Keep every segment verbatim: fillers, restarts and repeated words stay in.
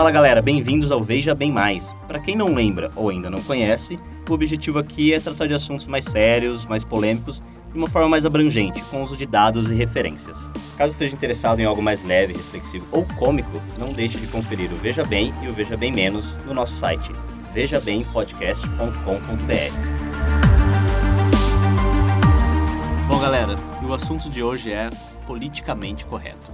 Fala galera, bem-vindos ao Veja Bem Mais. Para quem não lembra ou ainda não conhece, o objetivo aqui é tratar de assuntos mais sérios, mais polêmicos, de uma forma mais abrangente, com o uso de dados e referências. Caso esteja interessado em algo mais leve, reflexivo ou cômico, não deixe de conferir o Veja Bem e o Veja Bem Menos no nosso site, veja bem podcast ponto com ponto b r. Bom galera, o assunto de hoje é politicamente correto.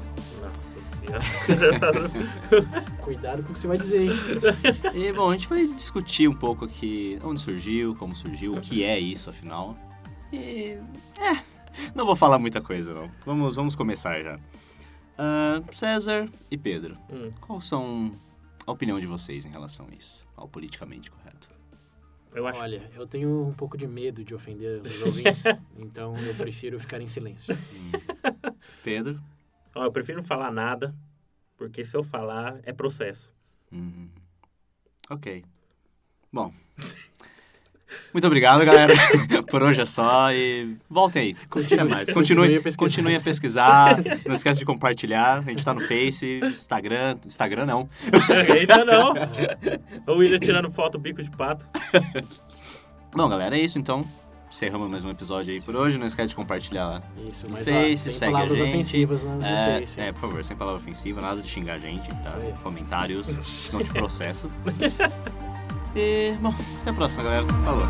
Cuidado com o que você vai dizer, hein? E, bom, a gente vai discutir um pouco aqui onde surgiu, como surgiu, o que é isso, afinal. E, é, não vou falar muita coisa, não. Vamos, vamos começar já. Uh, César e Pedro, hum. qual são a opinião de vocês em relação a isso, ao politicamente correto? Eu acho... Olha, eu tenho um pouco de medo de ofender os ouvintes, então eu prefiro ficar em silêncio. Hum. Pedro? Oh, eu prefiro não falar nada, porque se eu falar, é processo. Hum. Ok. Bom. Muito obrigado, galera. Por hoje é só e voltem aí. Continue, mais. Continue, continue, a continue a pesquisar. Não esquece de compartilhar. A gente tá no Face, Instagram. Instagram não. Ainda não. O William tirando foto bico de pato. Bom, galera, é isso então. Encerramos mais um episódio aí por hoje. Não esquece de compartilhar lá. Isso, mas Face, ó, sem segue palavras a gente. ofensivas no é, Face. É, por favor, sem palavra ofensiva, nada de xingar a gente, tá? Comentários, não te processo. E, bom, até a próxima, galera. Falou.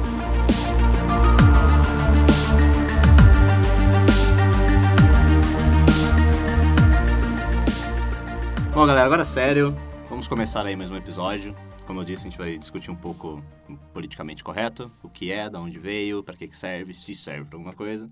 Bom, galera, agora sério. Vamos começar aí mais um episódio. Como eu disse, a gente vai discutir um pouco politicamente correto, o que é, de onde veio, para que que serve, se serve para alguma coisa.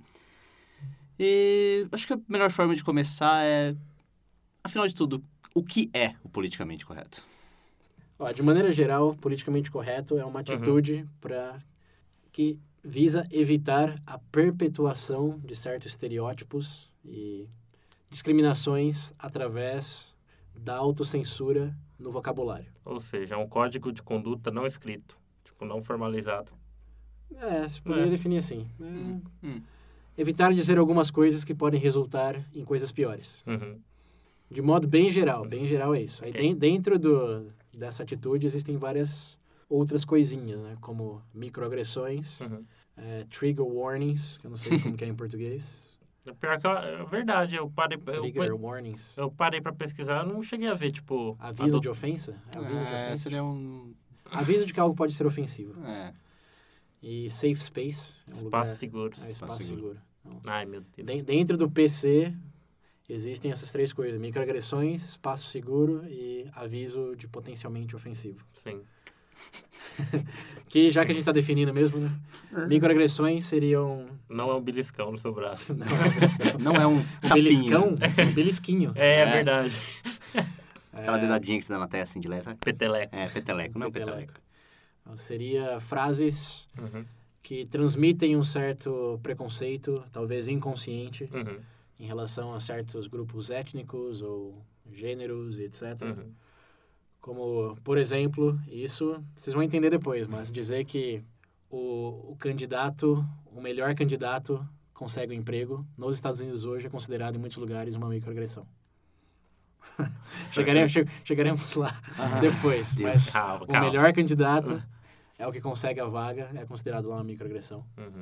E acho que a melhor forma de começar é, afinal de tudo, o que é o politicamente correto? Ó, de maneira geral, politicamente correto é uma atitude uhum. para que visa evitar a perpetuação de certos estereótipos e discriminações através da autocensura no vocabulário. Ou seja, é um código de conduta não escrito, tipo, não formalizado. É, se poderia é. definir assim. É, hum, hum. Evitar dizer algumas coisas que podem resultar em coisas piores. Uhum. De modo bem geral, bem geral é isso. Aí okay. dentro do, dessa atitude existem várias outras coisinhas, né? Como microagressões, uhum. é, trigger warnings, que eu não sei como que é em português. Pior que é verdade, eu parei... Trigger eu, warnings. Eu parei pra pesquisar, não cheguei a ver, tipo... Aviso de ofensa? É aviso é, de ofensa. Seria um... Aviso de que algo pode ser ofensivo. É. E safe space. É um espaço lugar, seguro. É, espaço seguro. seguro. Ai, meu Deus. De, dentro do P C, existem essas três coisas. Microagressões, espaço seguro e aviso de potencialmente ofensivo. Sim. Que já que a gente tá definindo mesmo, né? Microagressões seriam... Não é um beliscão no seu braço. Não é um beliscão. Não é um tapinha. Beliscão? Um belisquinho. É, é, é verdade. Aquela dedadinha que você dá na testa assim de leve. Peteleco. É, peteleco, não peteleco. peteleco. Então, seria frases uhum. que transmitem um certo preconceito, talvez inconsciente, uhum. em relação a certos grupos étnicos ou gêneros, etcétera. Uhum. Como, por exemplo, isso vocês vão entender depois, mas dizer que o, o candidato, o melhor candidato consegue um emprego, nos Estados Unidos hoje é considerado em muitos lugares uma microagressão. chegaremos, che, chegaremos lá ah, depois, Deus. mas calma, o calma. melhor candidato é o que consegue a vaga, é considerado lá uma microagressão. Uhum.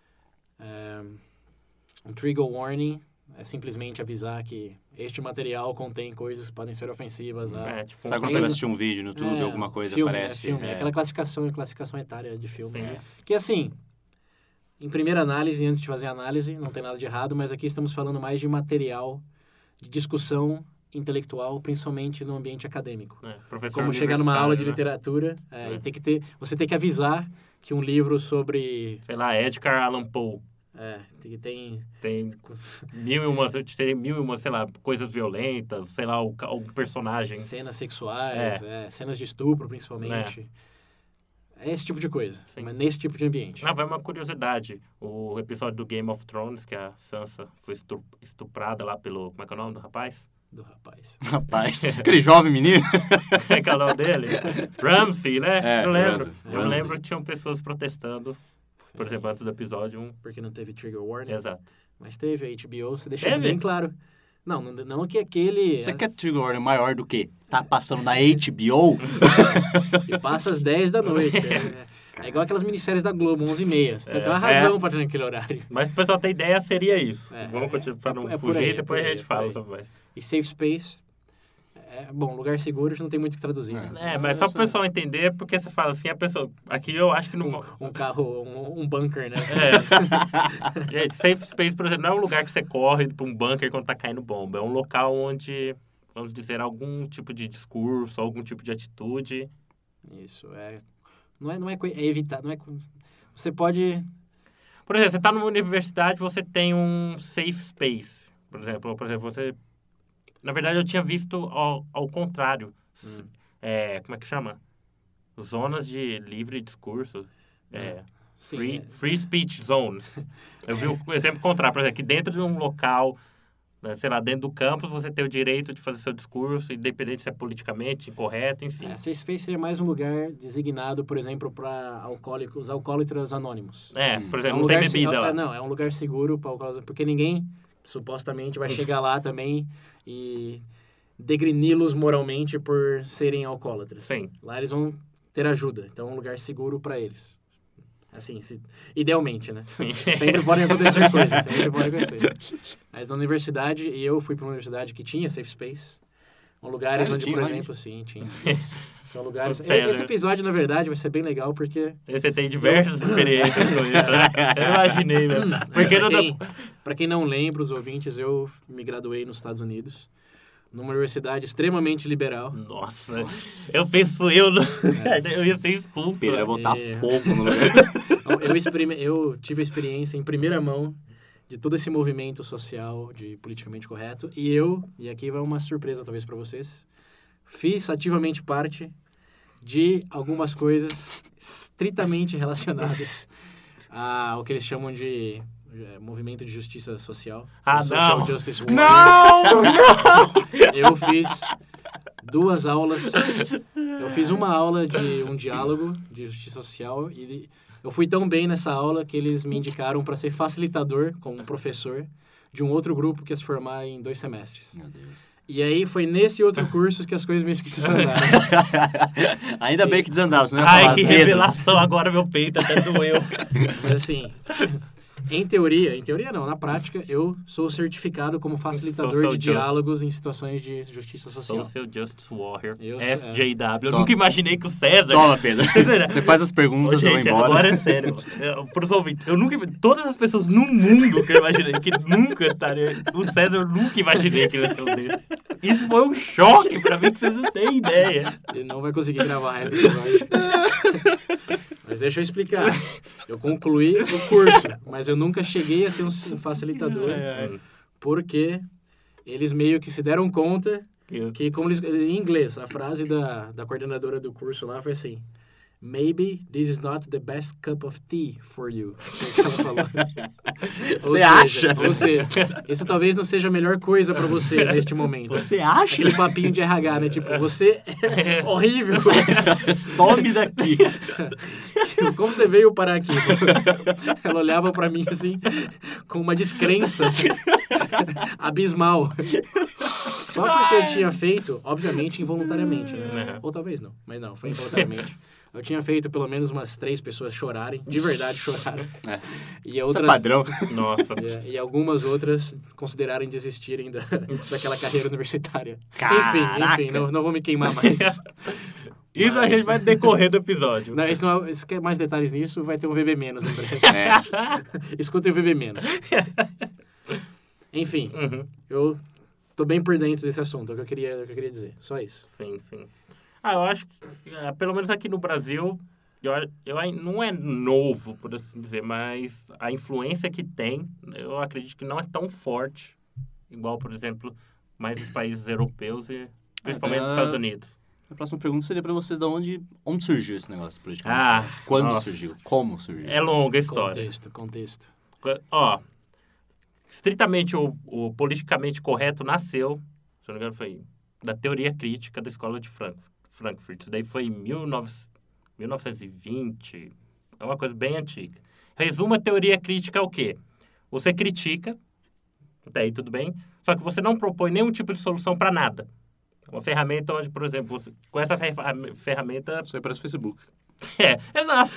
É, um trigger warning é simplesmente avisar que este material contém coisas que podem ser ofensivas. A... É, tipo, Sabe quando você vai assistir um vídeo no YouTube, é, alguma coisa filme, aparece... É filme, é... aquela classificação, classificação etária de filme. É. Que assim, em primeira análise, antes de fazer a análise, não tem nada de errado, mas aqui estamos falando mais de material de discussão intelectual, principalmente no ambiente acadêmico. É, Como chegar numa aula de né? literatura é, é. e ter que ter, você tem que avisar que um livro sobre... Sei lá, Edgar Allan Poe. É, que tem... Tem mil e uma, tem mil e uma, sei lá, coisas violentas, sei lá, o, o personagem... Cenas sexuais, é. É, cenas de estupro, principalmente. É, é esse tipo de coisa, Sim. mas nesse tipo de ambiente. Não, vai uma curiosidade. O episódio do Game of Thrones, que a Sansa foi estuprada lá pelo... Como é que é o nome do rapaz? Do rapaz. Rapaz, aquele jovem menino. É que é o nome dele? Ramsay, né? É, eu lembro. Ramsay. Eu Ramsay. lembro que tinham pessoas protestando, Sim. por exemplo, antes do episódio um. Porque não teve trigger warning. Exato. Mas teve a H B O, você deixou Teve? bem claro. Não, não, não que aquele... Você quer trigger warning maior do que? Tá passando na H B O? E passa às dez da noite. É, é igual aquelas minisséries da Globo, onze e meia. Você tem uma razão é. pra ter naquele horário. Mas o pessoal tem ideia, seria isso. É, Vamos continuar pra é, não é fugir, aí, depois é a gente aí, fala é sobre mais. E safe space... É, bom, lugar seguro a gente não tem muito o que traduzir. É, né? é mas só para o pessoal entender, porque você fala assim, a pessoa... Aqui eu acho que não... Um, um carro, um, um bunker, né? É. Gente, safe space, por exemplo, não é um lugar que você corre para um bunker quando tá caindo bomba. É um local onde, vamos dizer, algum tipo de discurso, algum tipo de atitude... Isso, é... Não é, não é, é evitar, não é... Você pode... Por exemplo, você tá numa universidade, você tem um safe space. Por exemplo, por exemplo, você... Na verdade, eu tinha visto ao, ao contrário. Hum. É, como é que chama? Zonas de livre discurso. É, Sim, free, é. free speech zones. Eu vi o exemplo contrário. Por exemplo, que dentro de um local, né, sei lá, dentro do campus, você tem o direito de fazer seu discurso, independente se é politicamente incorreto, enfim. É, safe space seria mais um lugar designado, por exemplo, para alcoólicos, os alcoólatras anônimos. É, por exemplo, é um não tem lugar, bebida é, lá. Não, é um lugar seguro para alcoólatras, porque ninguém... supostamente vai chegar lá também e degreni-los moralmente por serem alcoólatras. Sim. Lá eles vão ter ajuda, então é um lugar seguro para eles. Assim, se, idealmente, né? Sim. Sempre podem acontecer coisas, sempre podem acontecer. Mas na universidade, e eu fui para uma universidade que tinha safe space, um lugares Sério? onde, Tinha por onde? exemplo, sim, tinha. São lugares... Sério? Esse episódio, na verdade, vai ser bem legal, porque... Você tem diversas experiências com isso, né? Eu imaginei, velho. Porque Pra não quem, dá... pra quem não lembra, os ouvintes, eu me graduei nos Estados Unidos, numa universidade extremamente liberal. Nossa, eu penso eu, no... é. eu ia ser expulso. Pedro ia botar É. fogo no lugar. Eu, experime... eu tive a experiência em primeira mão de todo esse movimento social de politicamente correto. E eu, e aqui vai uma surpresa talvez para vocês, fiz ativamente parte de algumas coisas estritamente relacionadas ao que eles chamam de é, movimento de justiça social. Ah, Social não! Justice Warrior. Não! Não! Eu fiz duas aulas. Eu fiz uma aula de um diálogo de justiça social e eu fui tão bem nessa aula que eles me indicaram para ser facilitador, como professor, de um outro grupo que ia se formar em dois semestres. Meu Deus. E aí foi nesse outro curso que as coisas meio que desandaram. Ainda bem que desandaram, senão eu ia Ai, falar, que Pedro. revelação, agora meu peito até doeu. Mas assim, em teoria, em teoria não, na prática, eu sou certificado como facilitador Social de ju- diálogos em situações de justiça social. Social Justice Warrior, Eu- S J W. Eu Toma. nunca imaginei que o César... Toma, Pedro. Você faz as Ô, perguntas, eu vou gente, embora. agora é sério. Eu, pros ouvintes, eu nunca... Todas as pessoas no mundo que eu imaginei que nunca estaria... O César, eu nunca imaginei que ele ia ser um desse. Isso foi um choque pra mim que vocês não têm ideia. Ele não vai conseguir gravar o resto do episódio. Mas deixa eu explicar. Eu concluí o curso, mas eu nunca cheguei a ser um facilitador, porque eles meio que se deram conta Eu- que, como eles, em inglês, a frase da, da coordenadora do curso lá foi assim: Maybe this is not the best cup of tea for you. Foi o que ela falou. Ou Você seja- acha? Ou seja, isso talvez não seja a melhor coisa pra você neste momento. Você acha? Aquele papinho de R H, né? Tipo, você é horrível. Some daqui. Como você veio parar aqui? Ela olhava pra mim assim, com uma descrença abismal. Só porque eu tinha feito, obviamente, involuntariamente, né? Uhum. Ou talvez não, mas não, foi involuntariamente. Eu tinha feito pelo menos umas três pessoas chorarem, de verdade choraram. É. E Isso é outras, padrão. Nossa. e, e algumas outras considerarem desistirem da, daquela carreira universitária. Caraca. Enfim, enfim, não, não vou me queimar mais. Isso a gente vai decorrer do episódio. Não, isso não, se quer mais detalhes nisso, vai ter um V B menos em breve. É. Escutem o V B menos. Enfim, Uhum. eu tô bem por dentro desse assunto, é o que eu queria, é o que eu queria dizer. Só isso. Sim, sim. Ah, eu acho que, ah, pelo menos aqui no Brasil, eu, eu, ai- não é novo, por assim dizer, mas a influência que tem, eu acredito que não é tão forte, igual, por exemplo, mais os países europeus e principalmente os Ah, Estados Unidos. A próxima pergunta seria pra vocês de onde, onde surgiu esse negócio político. Ah, Quando nossa. surgiu? Como surgiu? É longa a história. Contexto, contexto. Ó, estritamente o, o politicamente correto nasceu, se não me engano, foi da teoria crítica da escola de Frankfurt. Frankfurt. Isso daí foi em mil novecentos e vinte, é uma coisa bem antiga. Resumo, a teoria crítica é o quê? Você critica, Até aí tudo bem. Só que você não propõe nenhum tipo de solução para nada. Uma ferramenta onde, por exemplo, você, com essa ferramenta... Isso aí parece Facebook. É, exato.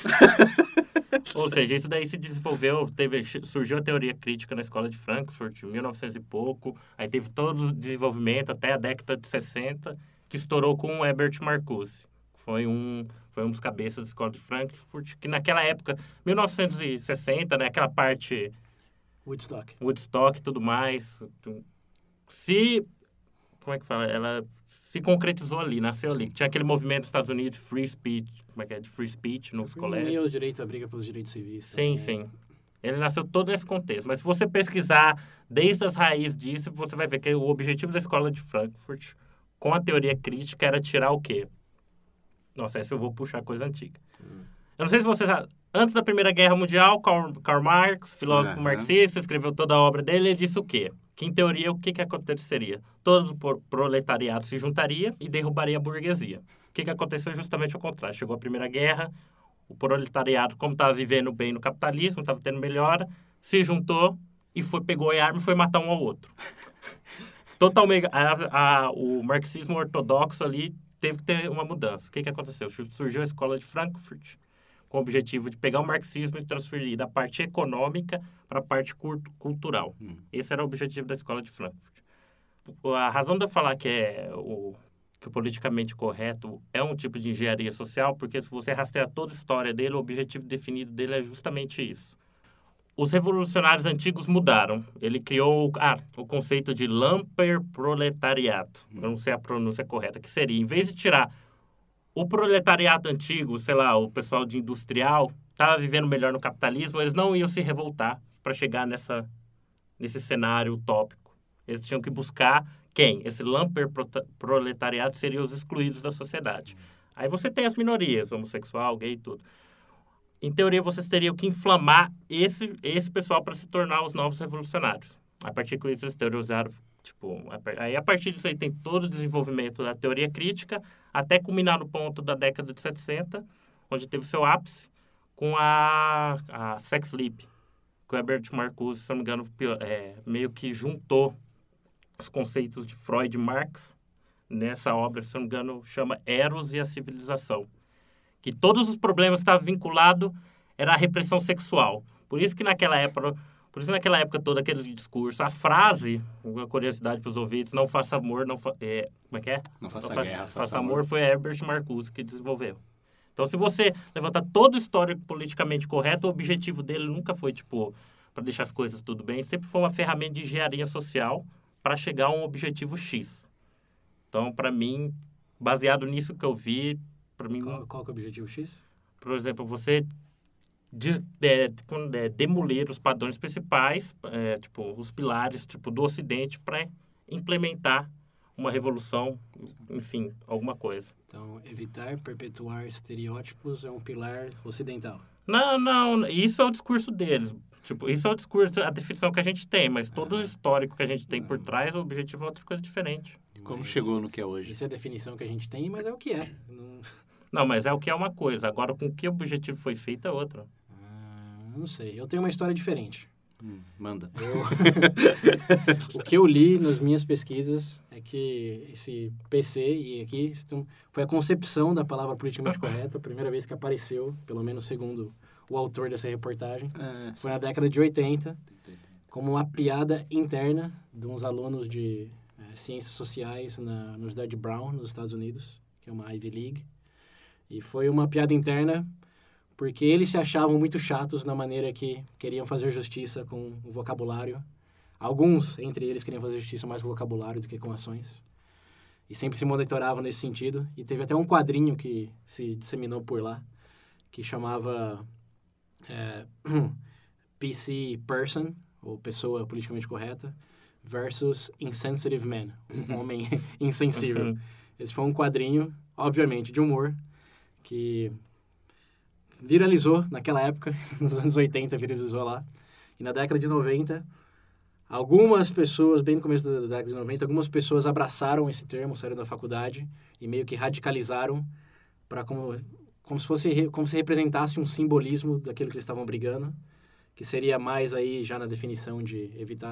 Ou seja, isso daí se desenvolveu, teve, surgiu a teoria crítica na escola de Frankfurt, em mil e novecentos e pouco, aí teve todo o desenvolvimento até a década de sessenta, que estourou com o Herbert Marcuse. Foi um, foi um dos cabeças da escola de Frankfurt, que naquela época, mil novecentos e sessenta, né, aquela parte... Woodstock. Woodstock e tudo mais, se... Como é que fala? Ela se concretizou ali, nasceu ali. Tinha aquele movimento dos Estados Unidos, free speech, como é que é? De free speech nos colégios. E o direito, a briga pelos direitos civis. Sim, sim. Ele nasceu todo nesse contexto. Mas se você pesquisar desde as raízes disso, você vai ver que o objetivo da escola de Frankfurt, com a teoria crítica, era tirar o quê? Nossa, essa eu vou puxar coisa antiga. Hum. Eu não sei se você sabe. Antes da Primeira Guerra Mundial, Karl, Karl Marx, filósofo uhum. marxista, escreveu toda a obra dele e disse o quê? Que, em teoria, o que, que aconteceria? Todo o proletariado se juntaria e derrubaria a burguesia. O que, que aconteceu justamente ao contrário? Chegou a Primeira Guerra, o proletariado, como estava vivendo bem no capitalismo, estava tendo melhora, se juntou e foi, pegou a arma e foi matar um ao outro. Totalmente, a, a, o marxismo ortodoxo ali teve que ter uma mudança. O que, que aconteceu? Surgiu a escola de Frankfurt, com o objetivo de pegar o marxismo e transferir da parte econômica para a parte cultural. Hum. Esse era o objetivo da escola de Frankfurt. A razão de eu falar que, é o, que o politicamente correto é um tipo de engenharia social, porque se você rastrear toda a história dele, o objetivo definido dele é justamente isso. Os revolucionários antigos mudaram. Ele criou ah, o conceito de Lumpenproletariat. Hum. Eu não sei a pronúncia correta, que seria, em vez de tirar o proletariado antigo, sei lá, o pessoal de industrial, estava vivendo melhor no capitalismo, eles não iam se revoltar para chegar nessa, nesse cenário utópico. Eles tinham que buscar quem? Esse Lumpenproletariado seriam os excluídos da sociedade. Aí você tem as minorias, homossexual, gay e tudo. Em teoria, vocês teriam que inflamar esse, esse pessoal para se tornar os novos revolucionários. A partir disso, eles teorizaram. Tipo, aí a partir disso aí tem todo o desenvolvimento da teoria crítica, até culminar no ponto da década de sessenta, onde teve seu ápice com a, a Sex Sleep, que o Herbert Marcuse, se não me engano, é, meio que juntou os conceitos de Freud e Marx nessa obra, se não me engano, chama Eros e a Civilização. Que todos os problemas estavam vinculados era a repressão sexual. Por isso que naquela época... Por isso, naquela época, todo aquele discurso, a frase, uma curiosidade para os ouvintes, não faça amor, não fa é, como é que é? Não faça não fa guerra, faça, faça amor. amor. Foi Herbert Marcuse que desenvolveu. Então, se você levantar todo o histórico politicamente correto, o objetivo dele nunca foi, tipo, para deixar as coisas tudo bem, sempre foi uma ferramenta de engenharia social para chegar a um objetivo X. Então, para mim, baseado nisso que eu vi, para mim... Qual, qual que é o objetivo X? Por exemplo, você... De, de, de, demolir os padrões principais, é, tipo, os pilares tipo, do Ocidente para implementar uma revolução, enfim, alguma coisa. Então, evitar perpetuar estereótipos é um pilar ocidental. Não, não, isso é o discurso deles. Tipo, isso é o discurso, a definição que a gente tem, mas todo ah, o histórico que a gente tem por trás, o objetivo é outra coisa diferente. Como mas, chegou no que é hoje? Essa é a definição que a gente tem, mas é o que é. Não, não mas é o que é uma coisa. Agora, com que objetivo foi feito é outra. Não sei, eu tenho uma história diferente. Hum, manda. Eu... o que eu li nas minhas pesquisas é que esse P C, e aqui estão... foi a concepção da palavra politicamente correta, a primeira vez que apareceu, pelo menos segundo o autor dessa reportagem, é, foi na década de oitenta, como uma piada interna de uns alunos de é, ciências sociais na Universidade de Brown, nos Estados Unidos, que é uma Ivy League. E foi uma piada interna porque eles se achavam muito chatos na maneira que queriam fazer justiça com o vocabulário. Alguns, entre eles, queriam fazer justiça mais com vocabulário do que com ações. E sempre se monitoravam nesse sentido. E teve até um quadrinho que se disseminou por lá, que chamava é, P C Person, ou Pessoa Politicamente Correta, versus Insensitive Man, um homem insensível. Esse foi um quadrinho, obviamente, de humor, que... viralizou naquela época, nos anos oitenta, viralizou lá. E na década de noventa, algumas pessoas, bem no começo da década de noventa, algumas pessoas abraçaram esse termo, saíram da faculdade e meio que radicalizaram para como, como se fosse, como se representasse um simbolismo daquilo que eles estavam brigando, que seria mais aí já na definição de evitar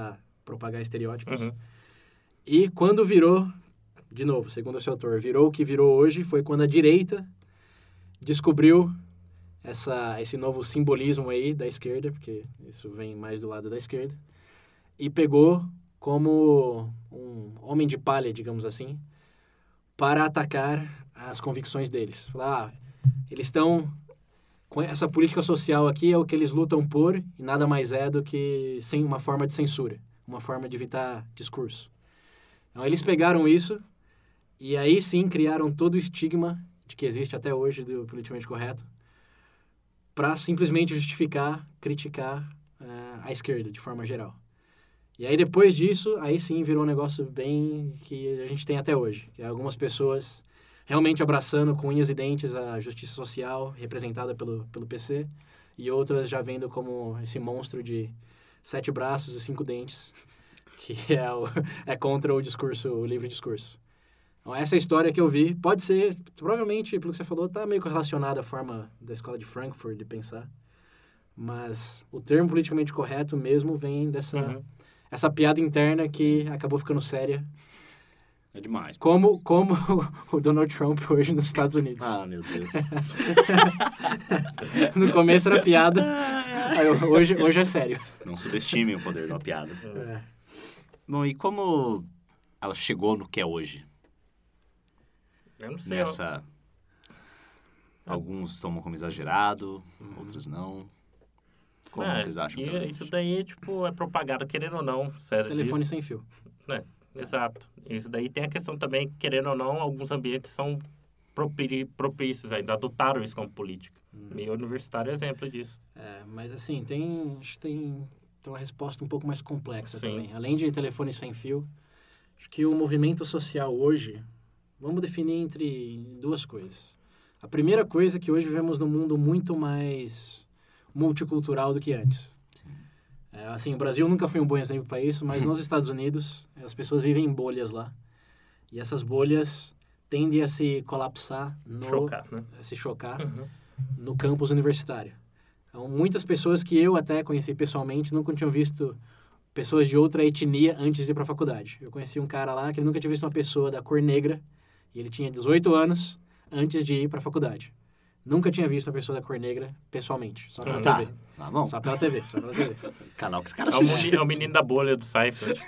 propagar estereótipos. Uhum. E quando virou, de novo, segundo esse autor, virou o que virou hoje, foi quando a direita descobriu essa, esse novo simbolismo aí da esquerda, porque isso vem mais do lado da esquerda, e pegou como um homem de palha, digamos assim, para atacar as convicções deles. Falar, ah, eles estão... com essa política social aqui é o que eles lutam por e nada mais é do que sem uma forma de censura, uma forma de evitar discurso. Então, eles pegaram isso e aí sim criaram todo o estigma de que existe até hoje do politicamente correto para simplesmente justificar, criticar uh, a esquerda de forma geral. E aí depois disso, aí sim virou um negócio bem que a gente tem até hoje, que é algumas pessoas realmente abraçando com unhas e dentes a justiça social representada pelo, pelo P C e outras já vendo como esse monstro de sete braços e cinco dentes que é, o, é contra o discurso, o livre discurso. Então, essa história que eu vi pode ser, provavelmente, pelo que você falou, está meio relacionada à forma da escola de Frankfurt de pensar, mas o termo politicamente correto mesmo vem dessa Uhum. essa piada interna que acabou ficando séria. É demais. Como, como o Donald Trump hoje nos Estados Unidos. Ah, meu Deus. No começo era piada, aí hoje, hoje é sério. Não subestime o poder da piada. É. Bom, e como ela chegou no que é hoje? Eu não sei. Nessa... Alguns tomam como exagerado, outros não. Como É, vocês acham? e que é isso daí, tipo, é propagado, querendo ou não, sério. Telefone sem fio. É, exato. Isso daí tem a questão também, querendo ou não, alguns ambientes são propí- propícios ainda, adotaram isso como política. Hum. Meio universitário é exemplo disso. É, mas assim, tem, acho que tem, tem uma resposta um pouco mais complexa Sim. também. Além de telefone sem fio, acho que o movimento social hoje, vamos definir entre duas coisas. A primeira coisa é que hoje vivemos num mundo muito mais multicultural do que antes. É, assim, o Brasil nunca foi um bom exemplo para isso, mas nos Estados Unidos, as pessoas vivem em bolhas lá. E essas bolhas tendem a se colapsar, no, Chocar, né? a se chocar Uhum. no campus universitário. Então, muitas pessoas que eu até conheci pessoalmente nunca tinham visto pessoas de outra etnia antes de ir para a faculdade. Eu conheci um cara lá que ele nunca tinha visto uma pessoa da cor negra, e ele tinha dezoito anos antes de ir para a faculdade. Nunca tinha visto uma pessoa da cor negra pessoalmente, só pela Ah, tá, T V. tá bom. Só pela T V, só pela T V. Canal que os caras É o, assistem. meni- é o menino da bolha do Seinfeld.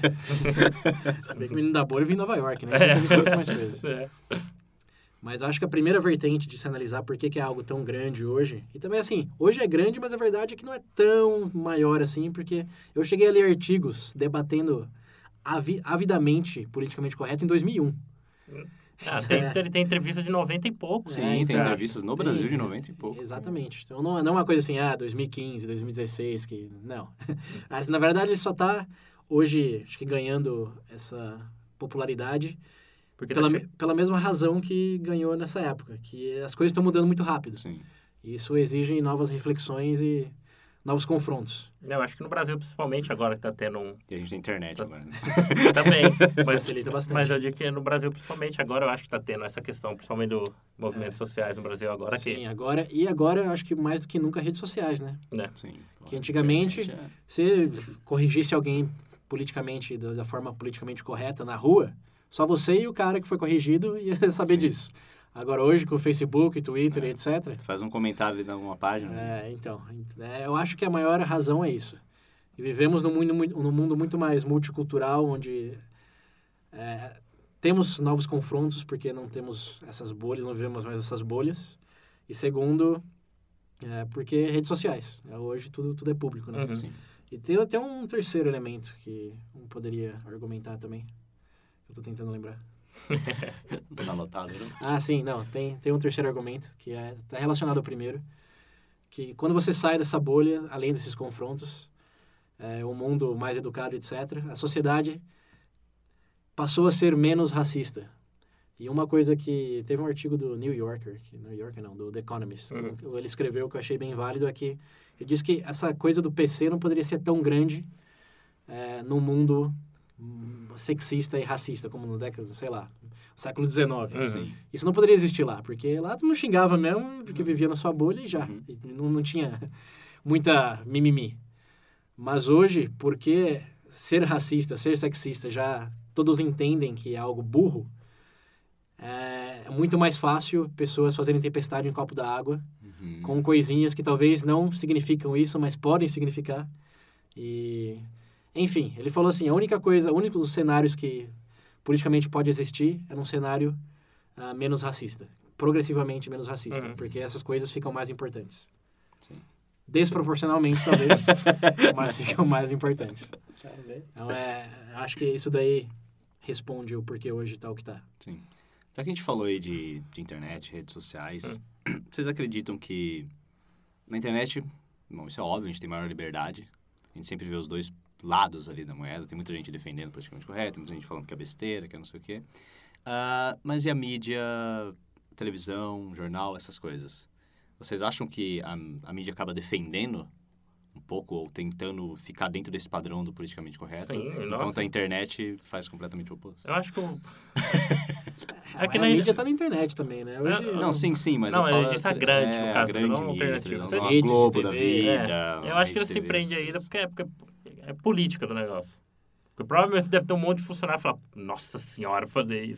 É. Se bem que o menino da bolha vem em Nova York, né? É. Não tem muito mais coisas. É. Mas eu acho que a primeira vertente de se analisar por que, que é algo tão grande hoje, e também assim, hoje é grande, mas a verdade é que não é tão maior assim, porque eu cheguei a ler artigos debatendo avi- avidamente politicamente correto em dois mil e um. Ah, tem, É. tem, tem entrevista de noventa e poucos. Sim, É, tem então. entrevistas no Tem, Brasil de noventa e pouco. Exatamente. Então não, é- não é uma coisa assim, ah, dois mil e quinze, dois mil e dezesseis, que... Não. Mas, na verdade, ele só está hoje, acho que ganhando essa popularidade Porque pela, tá me- pela mesma razão que ganhou nessa época, que as coisas estão mudando muito rápido. Sim. E isso exige novas reflexões e novos confrontos. Não, acho que no Brasil, principalmente agora que tá tendo um... E a gente tem internet agora, né? Também. Mas, Facilita bastante. mas eu digo que no Brasil, principalmente agora, eu acho que tá tendo essa questão, principalmente dos movimentos sociais no Brasil agora. Sim, que, agora... E agora, eu acho que mais do que nunca, redes sociais, né? né? Sim. Que antigamente- Internet é- Se corrigisse alguém politicamente, da, da forma politicamente correta na rua, só você e o cara que foi corrigido ia saber Sim. disso. Agora, hoje, com o Facebook, Twitter É. e etcétera... Tu faz um comentário ali em alguma página. né? É, então, é, eu acho que a maior razão é isso. E vivemos num mundo, muito- num mundo muito mais multicultural, onde é, temos novos confrontos, porque não temos essas bolhas, não vivemos mais essas bolhas. E segundo, é, porque redes sociais. É, hoje tudo, tudo é público, né? Uhum. Sim. E tem até um terceiro elemento que um poderia argumentar também. Eu tô tentando lembrar. Tá anotado, né? Ah, sim, não. Tem, tem um terceiro argumento, que é, tá relacionado ao primeiro. Que quando você sai dessa bolha, além desses confrontos, é, um mundo mais educado, etcétera, a sociedade passou a ser menos racista. E uma coisa que... Teve um artigo do New Yorker, que, New Yorker não, do The Economist, Uhum. que ele escreveu, que eu achei bem válido, é que ele disse que essa coisa do P C não poderia ser tão grande é, num mundo hum, sexista e racista, como no década, sei lá, século dezenove. Uhum. Sim. Isso não poderia existir lá, porque lá tu não xingava mesmo, porque vivia na sua bolha e já. Uhum. E não, não tinha muita mimimi. Mas hoje, porque ser racista, ser sexista, já todos entendem que é algo burro, é, é muito mais fácil pessoas fazerem tempestade em copo d'água Uhum. com coisinhas que talvez não significam isso, mas podem significar. E, enfim, ele falou assim, a única coisa, o único dos cenários que politicamente pode existir é num cenário uh, menos racista, progressivamente menos racista, Uhum. porque essas coisas ficam mais importantes. Sim. Desproporcionalmente, talvez, mas ficam mais importantes. Então, é, acho que isso daí responde o porquê hoje tá o que tá. Sim. Já que a gente falou aí de, de internet, redes sociais, hum. vocês acreditam que na internet, bom, isso é óbvio, a gente tem maior liberdade, a gente sempre vê os dois lados ali da moeda, tem muita gente defendendo o politicamente correto, tem muita gente falando que é besteira, que é não sei o quê. Uh, mas e a mídia, televisão, jornal, essas coisas? Vocês acham que a, a mídia acaba defendendo um pouco ou tentando ficar dentro desse padrão do politicamente correto? Sim, enquanto nossa. a internet faz completamente o oposto? Eu acho que o... É que na- a mídia tá na internet também, né? Hoje, Não, Não, sim, sim, mas Não, eu eu falo... disse a grande, no é, caso, a grande não mídia, alternativa. televisão, Você- a redes de Globo da T V, vida... É, eu acho que rede ele se T V, prende essas ainda coisas. porque é, porque é política do negócio. Porque provavelmente você deve ter um monte de funcionário e falar, nossa senhora, fazer isso.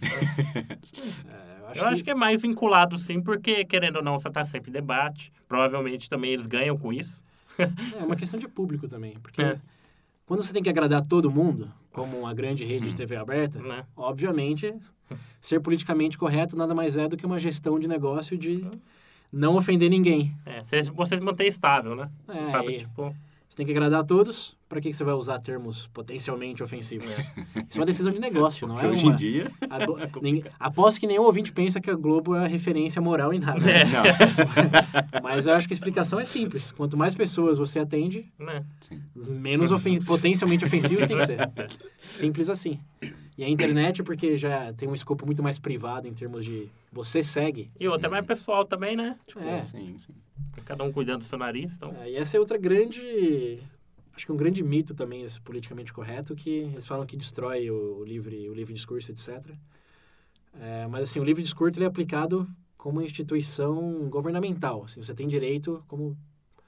é, eu acho, Eu acho que é mais vinculado, sim, porque, querendo ou não, você tá sempre em debate. Provavelmente também eles ganham com isso. é uma questão de público também, porque É. quando você tem que agradar todo mundo, como uma grande rede de T V aberta, Né? obviamente, ser politicamente correto nada mais é do que uma gestão de negócio de não ofender ninguém. É, você, você se mantém estável, né? É, Sabe, e tipo... você tem que agradar a todos, para que que você vai usar termos potencialmente ofensivos? Isso é uma decisão de negócio, não Porque é hoje uma... em dia... A Glo... ninguém... Aposto que nenhum ouvinte pensa que a Globo é referência moral em nada. É. Não. Mas eu acho que a explicação é simples. Quanto mais pessoas você atende, Né? Sim. menos ofen... potencialmente ofensivos tem que ser. Simples assim. E a internet, porque já tem um escopo muito mais privado em termos de você segue. E outra é mais pessoal também, né? Tipo, É. Sim, sim. cada um cuidando do seu nariz, então... É, e essa é outra grande... Acho que um grande mito também, esse politicamente correto, que eles falam que destrói o, o livre, o livre discurso, etcétera. É, mas, assim, o livre discurso ele é aplicado como instituição governamental. Assim, você tem direito como...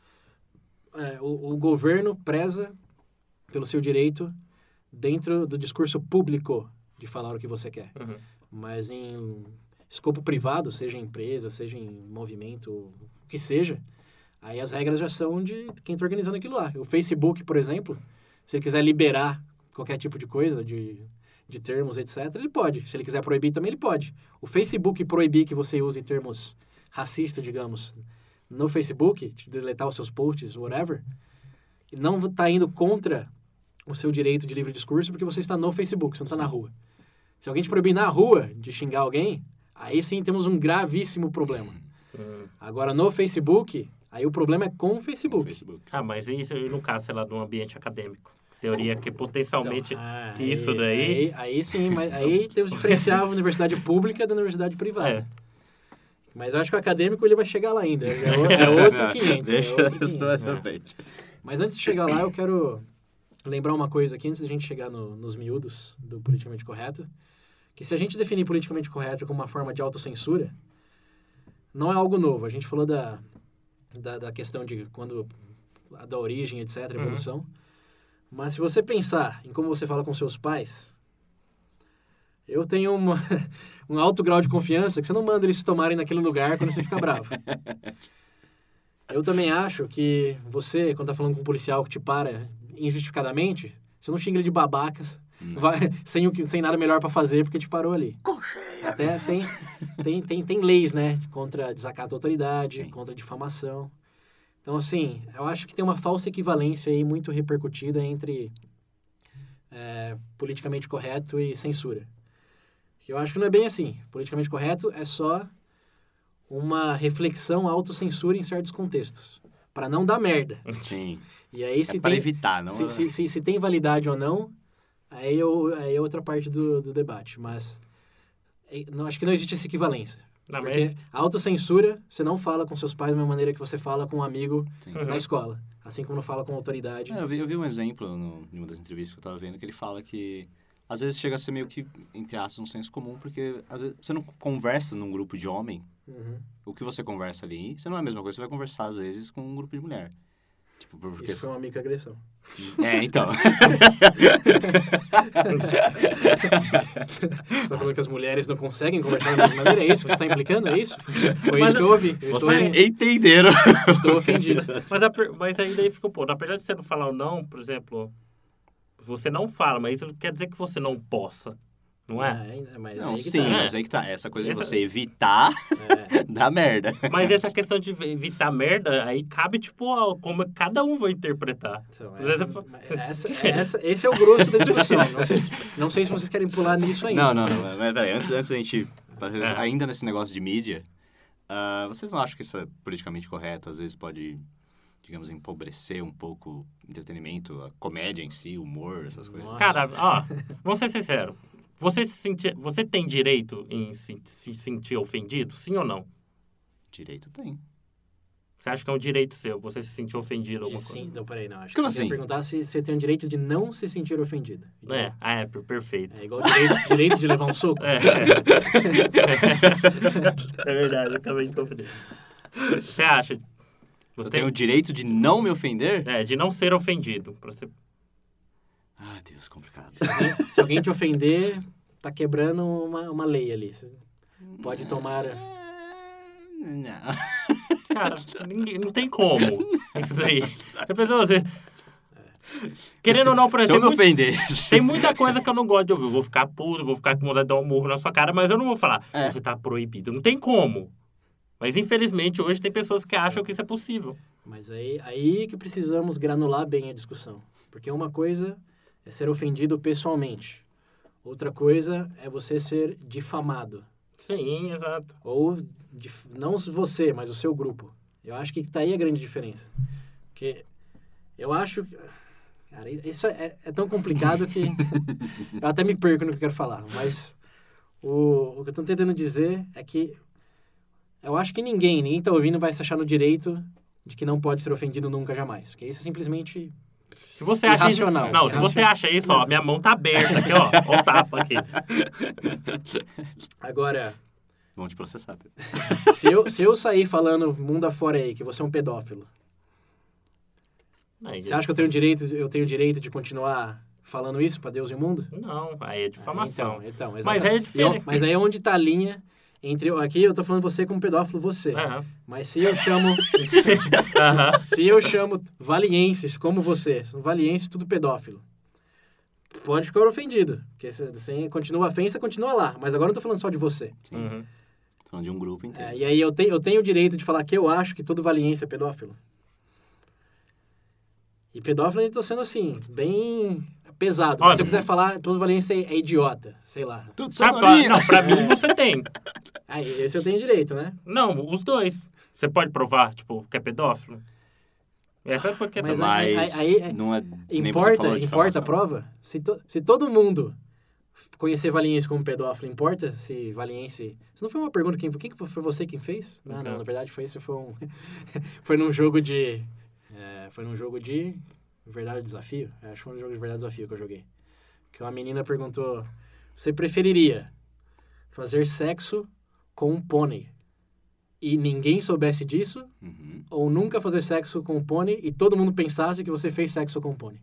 É, o, o governo preza pelo seu direito dentro do discurso público de falar o que você quer. Uhum. Mas em escopo privado, seja em empresa, seja em movimento, o que seja, aí as regras já são de quem está organizando aquilo lá. O Facebook, por exemplo, se ele quiser liberar qualquer tipo de coisa, de, de termos, etcétera, ele pode. Se ele quiser proibir também, ele pode. O Facebook proibir que você use termos racistas, digamos, no Facebook, de deletar os seus posts, whatever, ele não está indo contra o seu direito de livre discurso porque você está no Facebook, você não está na rua. Se alguém te proibir na rua de xingar alguém, aí sim temos um gravíssimo problema. Uhum. Agora, no Facebook, aí o problema é com o No Facebook. Facebook. Ah, mas isso no caso, sei lá, de um ambiente acadêmico. Teoria que potencialmente... Então, ah, isso aí- daí- Aí, aí sim, mas aí temos que diferenciar a universidade pública da universidade privada. É. Mas eu acho que o acadêmico ele vai chegar lá ainda. É, o- é outro quinhentos. Deixa é outro isso mais quinhentos. pra frente. Mas antes de chegar lá, eu quero lembrar uma coisa aqui, antes da gente chegar no- nos miúdos do politicamente correto, que se a gente definir politicamente correto como uma forma de autocensura, não é algo novo. A gente falou da, da, da questão de quando da origem, etcétera, Uhum. evolução. Mas se você pensar em como você fala com seus pais, eu tenho uma, um alto grau de confiança que você não manda eles se tomarem naquele lugar quando você fica bravo. Eu também acho que você, quando tá falando com um policial que te para injustificadamente, você não xinga ele de babaca, vai, sem, o que- sem nada melhor pra fazer porque te parou ali. Até tem, tem, tem, tem leis, né? Contra desacato à autoridade, Sim. contra difamação. Então, assim, eu acho que tem uma falsa equivalência aí muito repercutida entre é, politicamente correto e censura. Eu acho que não é bem assim. Politicamente correto é só uma reflexão autocensura em certos contextos. Para não dar merda. Sim. E aí, É se para tem, evitar, não se, é- se, se, se tem validade ou não, aí, eu, aí é outra parte do, do debate. Mas é, não, acho que não existe essa equivalência. Não, Porque mas... a autocensura, você não fala com seus pais da mesma maneira que você fala com um amigo Sim. Uhum. na escola. Assim como não fala com autoridade. É, eu, vi, eu vi um exemplo no, em uma das entrevistas que eu tava vendo que ele fala que às vezes chega a ser meio que, entre aspas, um senso comum, porque às vezes você não conversa num grupo de homem, Uhum. o que você conversa ali, você não é a mesma coisa, você vai conversar às vezes com um grupo de mulher. Tipo, porque... Isso foi uma microagressão. É, então. Você tá falando que as mulheres não conseguem conversar da mesma maneira? É isso que você tá implicando? É isso? Foi Mas isso que eu ouvi. Eu Vocês estou, entenderam. estou ofendido. Mas, a, per- mas aí daí fica o ponto. Apesar de você não falar o não, por exemplo, você não fala, mas isso quer dizer que você não possa, não é? É, mas Não, aí que sim, tá. mas aí que tá. Essa coisa Essa- de você evitar É. dá merda. Mas essa questão de evitar merda, aí cabe, tipo, a- como cada um vai interpretar. Então, Às vezes essa, eu fa- essa- essa- esse é o grosso da discussão. Não sei, não sei se vocês querem pular nisso ainda. Não, não, não. mas- Mas peraí, antes, antes da gente... É. Ainda nesse negócio de mídia, ah, vocês não acham que isso é politicamente correto? Às vezes pode, digamos, empobrecer um pouco o entretenimento, a comédia em si, o humor, essas coisas. Nossa. Cara, ó, vamos ser sinceros. Você, se sentir, você tem direito em se, se sentir ofendido? Sim ou não? Direito tem. Você acha que é um direito seu, você se sentir ofendido? De Alguma sim, coisa? então, peraí, não. Acho Como que você assim? quer perguntar se você tem o direito de não se sentir ofendido. É, ah, é, per- perfeito. É igual o direito, direito de levar um soco. É, é verdade, eu acabei de confundir. Você acha? Eu Você tenho o tem, direito de não me ofender? é, de não ser ofendido. Pra você... Ah, Deus, complicado. Se alguém te ofender, tá quebrando uma, uma lei ali. Você pode tomar... Não. Cara, ninguém, não tem como isso daí. Já pensou, você... Querendo ou não, por Se eu exemplo, me tem, muito- ofender... tem muita coisa que eu não gosto de ouvir. Eu vou ficar puto, vou ficar com vontade de dar um murro na sua cara, mas eu não vou falar, É. você tá proibido. Não tem como. Mas, infelizmente, hoje tem pessoas que acham que isso é possível. Mas aí, aí que precisamos granular bem a discussão. Porque uma coisa é ser ofendido pessoalmente. Outra coisa é você ser difamado. Sim, exato. Ou, dif- não você, mas o seu grupo. Eu acho que tá aí a grande diferença. Porque eu acho... Cara, isso é, é tão complicado que eu até me perco no que eu quero falar. Mas o, o que eu tô tentando dizer é que eu acho que ninguém, ninguém tá ouvindo vai se achar no direito de que não pode ser ofendido nunca, jamais. Porque isso é simplesmente... Se você acha isso... Irracional. Não, se você acha isso, ó, minha mão tá aberta aqui, ó. Ó o tapa aqui. Agora, Vão te processar. se eu, se eu sair falando mundo afora aí que você é um pedófilo, Aí, você acha que eu tenho direito, eu tenho direito de continuar falando isso pra Deus e o mundo? Não, aí é difamação. Então, então, Mas exatamente. aí é diferente. Eu- Mas aí é onde tá a linha entre... Aqui eu tô falando você como pedófilo, você. Aham. Mas se eu chamo... Aham. se eu chamo valienses como você, um valiense tudo pedófilo, pode ficar ofendido. Porque você, você continua a ofensa, continua lá. Mas agora eu não tô falando só de você. Uhum. Falando de um grupo inteiro. É, e aí eu, te, eu tenho o direito de falar que eu acho que todo valiense é pedófilo. E pedófilo eu tô sendo assim, bem pesado. Olha, Se você quiser falar, todo valiense é, é idiota, sei lá. Tudo Ah, só pra- minha. não, pra mim você tem. Aí, esse eu tenho direito, né? Não, os dois. Você pode provar, tipo, que é pedófilo? Essa é porque... Mas também- Mas aí- aí- não é... nem você Importa, falou de importa a difamação. prova? Se, to, se todo mundo conhecer valiense como pedófilo, importa se valiense... Isso não foi uma pergunta, quem, quem que foi foi você quem fez? Não, Então. não, na verdade foi isso, foi um... foi num jogo de... é, foi num jogo de... Verdade ou Desafio? É, acho que foi um jogo de Verdade ou Desafio que eu joguei. Que uma menina perguntou, você preferiria fazer sexo com um pônei e ninguém soubesse disso, Uhum. ou nunca fazer sexo com um pônei e todo mundo pensasse que você fez sexo com um pônei?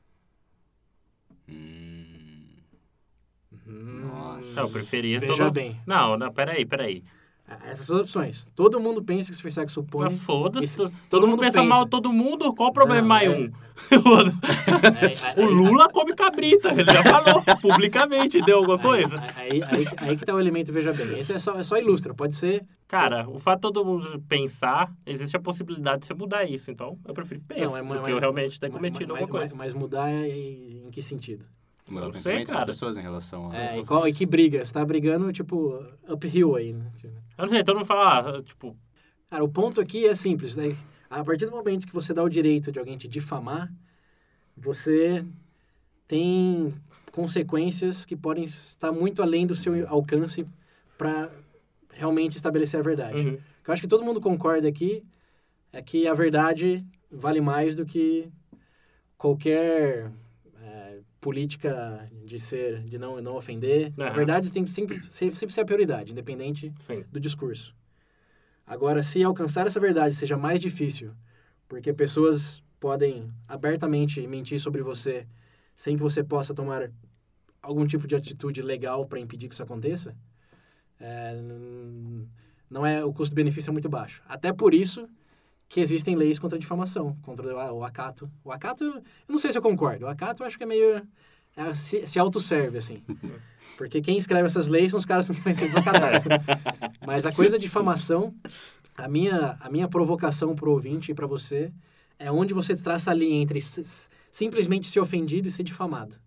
Hum. Nossa. Não, eu preferia... Veja todo- bem. Não, não, peraí, peraí. Essas são as opções. Todo mundo pensa que você fez sexo com um pônei. Mas foda-se. Isso- Todo, todo mundo mundo pensa pensa. mal de todo mundo. Qual o problema Não, mais é- um? Aí- O aí- Lula come cabrita. Ele já falou publicamente. Deu alguma coisa? Aí, aí, aí, aí que tá o elemento, veja bem. Esse é só, é só ilustra. Pode ser... Cara, o fato de todo mundo pensar, existe a possibilidade de você mudar isso. Então, eu prefiro que pense, Não, é- do mas- que eu realmente ter mas- cometido mas, alguma mas, coisa. mas mudar em, em que sentido? Mudar Não o sei, pensamento das cara. pessoas em relação a... É, e, qual, e que briga? Você tá brigando, tipo, uphill aí, né? Eu não sei, todo mundo fala, ah, tipo... Cara, o ponto aqui é simples. Né? A partir do momento que você dá o direito de alguém te difamar, você tem consequências que podem estar muito além do seu alcance para realmente estabelecer a verdade. Uhum. O que eu acho que todo mundo concorda aqui é que a verdade vale mais do que qualquer é, política de ser, de não, não ofender. A Aham. verdade tem que sempre, sempre, sempre ser a prioridade, independente Sim. do discurso. Agora, se alcançar essa verdade seja mais difícil, porque pessoas podem abertamente mentir sobre você sem que você possa tomar algum tipo de atitude legal para impedir que isso aconteça, é, não é, o custo-benefício é muito baixo. Até por isso que existem leis contra a difamação, contra o, o acato. O acato, eu não sei se eu concordo. O acato eu acho que é meio... É, se, se autosserve, assim. Porque quem escreve essas leis são os caras que não querem ser desacatados. Mas a coisa de difamação, a minha, a minha provocação pro ouvinte e para você é onde você traça a linha entre s- simplesmente ser ofendido e ser difamado.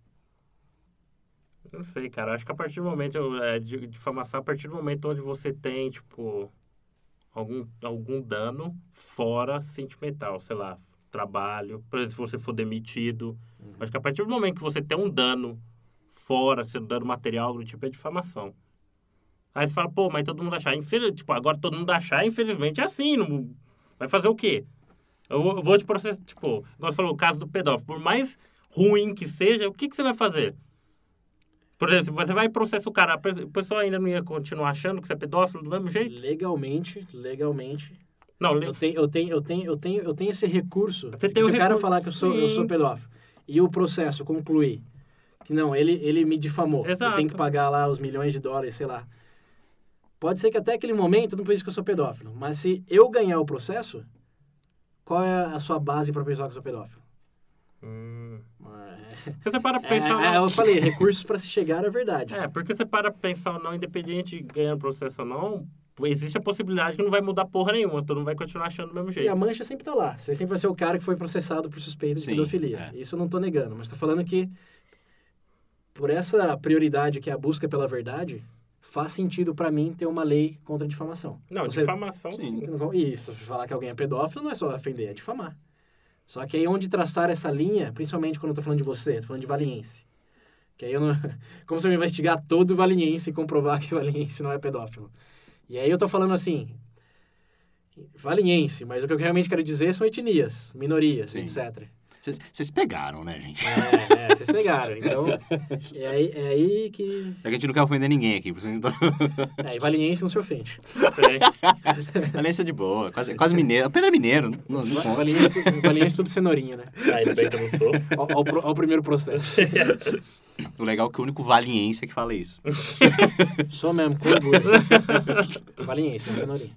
Não sei, cara. Acho que a partir do momento é, de difamação, a partir do momento onde você tem, tipo, algum, algum dano fora sentimental, sei lá, trabalho, por exemplo, se você for demitido. Uhum. Acho que a partir do momento que você tem um dano fora, sendo dano material, do tipo, é difamação. Aí você fala, pô, mas todo mundo achar. Infeliz... Tipo, agora todo mundo achar, infelizmente, é assim. Não... Vai fazer o quê? Eu vou te processar, tipo, igual você falou, o caso do pedófilo. Por mais ruim que seja, o que, que você vai fazer? Por exemplo, você vai processar o cara, o pessoal ainda não ia continuar achando que você é pedófilo do mesmo jeito? Legalmente, legalmente. Não, le... eu, tenho, eu, tenho, eu, tenho, eu, tenho, eu tenho esse recurso. Você De tem se o o cara recurso, falar que eu sou, eu sou pedófilo e o processo concluir que não, ele, ele me difamou, Exato. eu tenho que pagar lá os milhões de dólares, sei lá. Pode ser que até aquele momento não pense que eu sou pedófilo, mas se eu ganhar o processo, qual é a sua base para pensar que eu sou pedófilo? Hum. É, você para pensar... é, é, eu falei, recursos para se chegar à verdade. É, porque você para pensar ou não, independente de ganhar o processo ou não, existe a possibilidade que não vai mudar porra nenhuma, todo mundo vai continuar achando do mesmo jeito. E a mancha sempre tá lá. Você sempre vai ser o cara que foi processado por suspeita de Sim, pedofilia. é. Isso eu não tô negando, mas tô falando que por essa prioridade que é a busca pela verdade, faz sentido pra mim ter uma lei contra a difamação. Não, Você- difamação, sim. E se falar que alguém é pedófilo, não é só ofender, é difamar. Só que aí onde traçar essa linha, principalmente quando eu tô falando de você, tô falando de Valiense. Que aí eu não... Como se eu investigar todo Valiense e comprovar que Valiense não é pedófilo. E aí eu tô falando assim, Valiense, mas o que eu realmente quero dizer são etnias, minorias, Sim. etcétera. Vocês pegaram, né, gente? É, é, vocês pegaram. Então, é aí, é aí que... É que a gente não quer ofender ninguém aqui, por isso a gente tá... É, e Valiense não se ofende. Sei. Valência de boa, quase, quase mineiro. O Pedro é mineiro, não, não conta. Valiense, Valiense tudo cenourinha, né? Ainda bem que eu não sou. Ó, ó o pro- ó o primeiro processo. O legal é que o único valiense é que fala isso. Sou mesmo, com orgulho. Valiense, não cenourinha.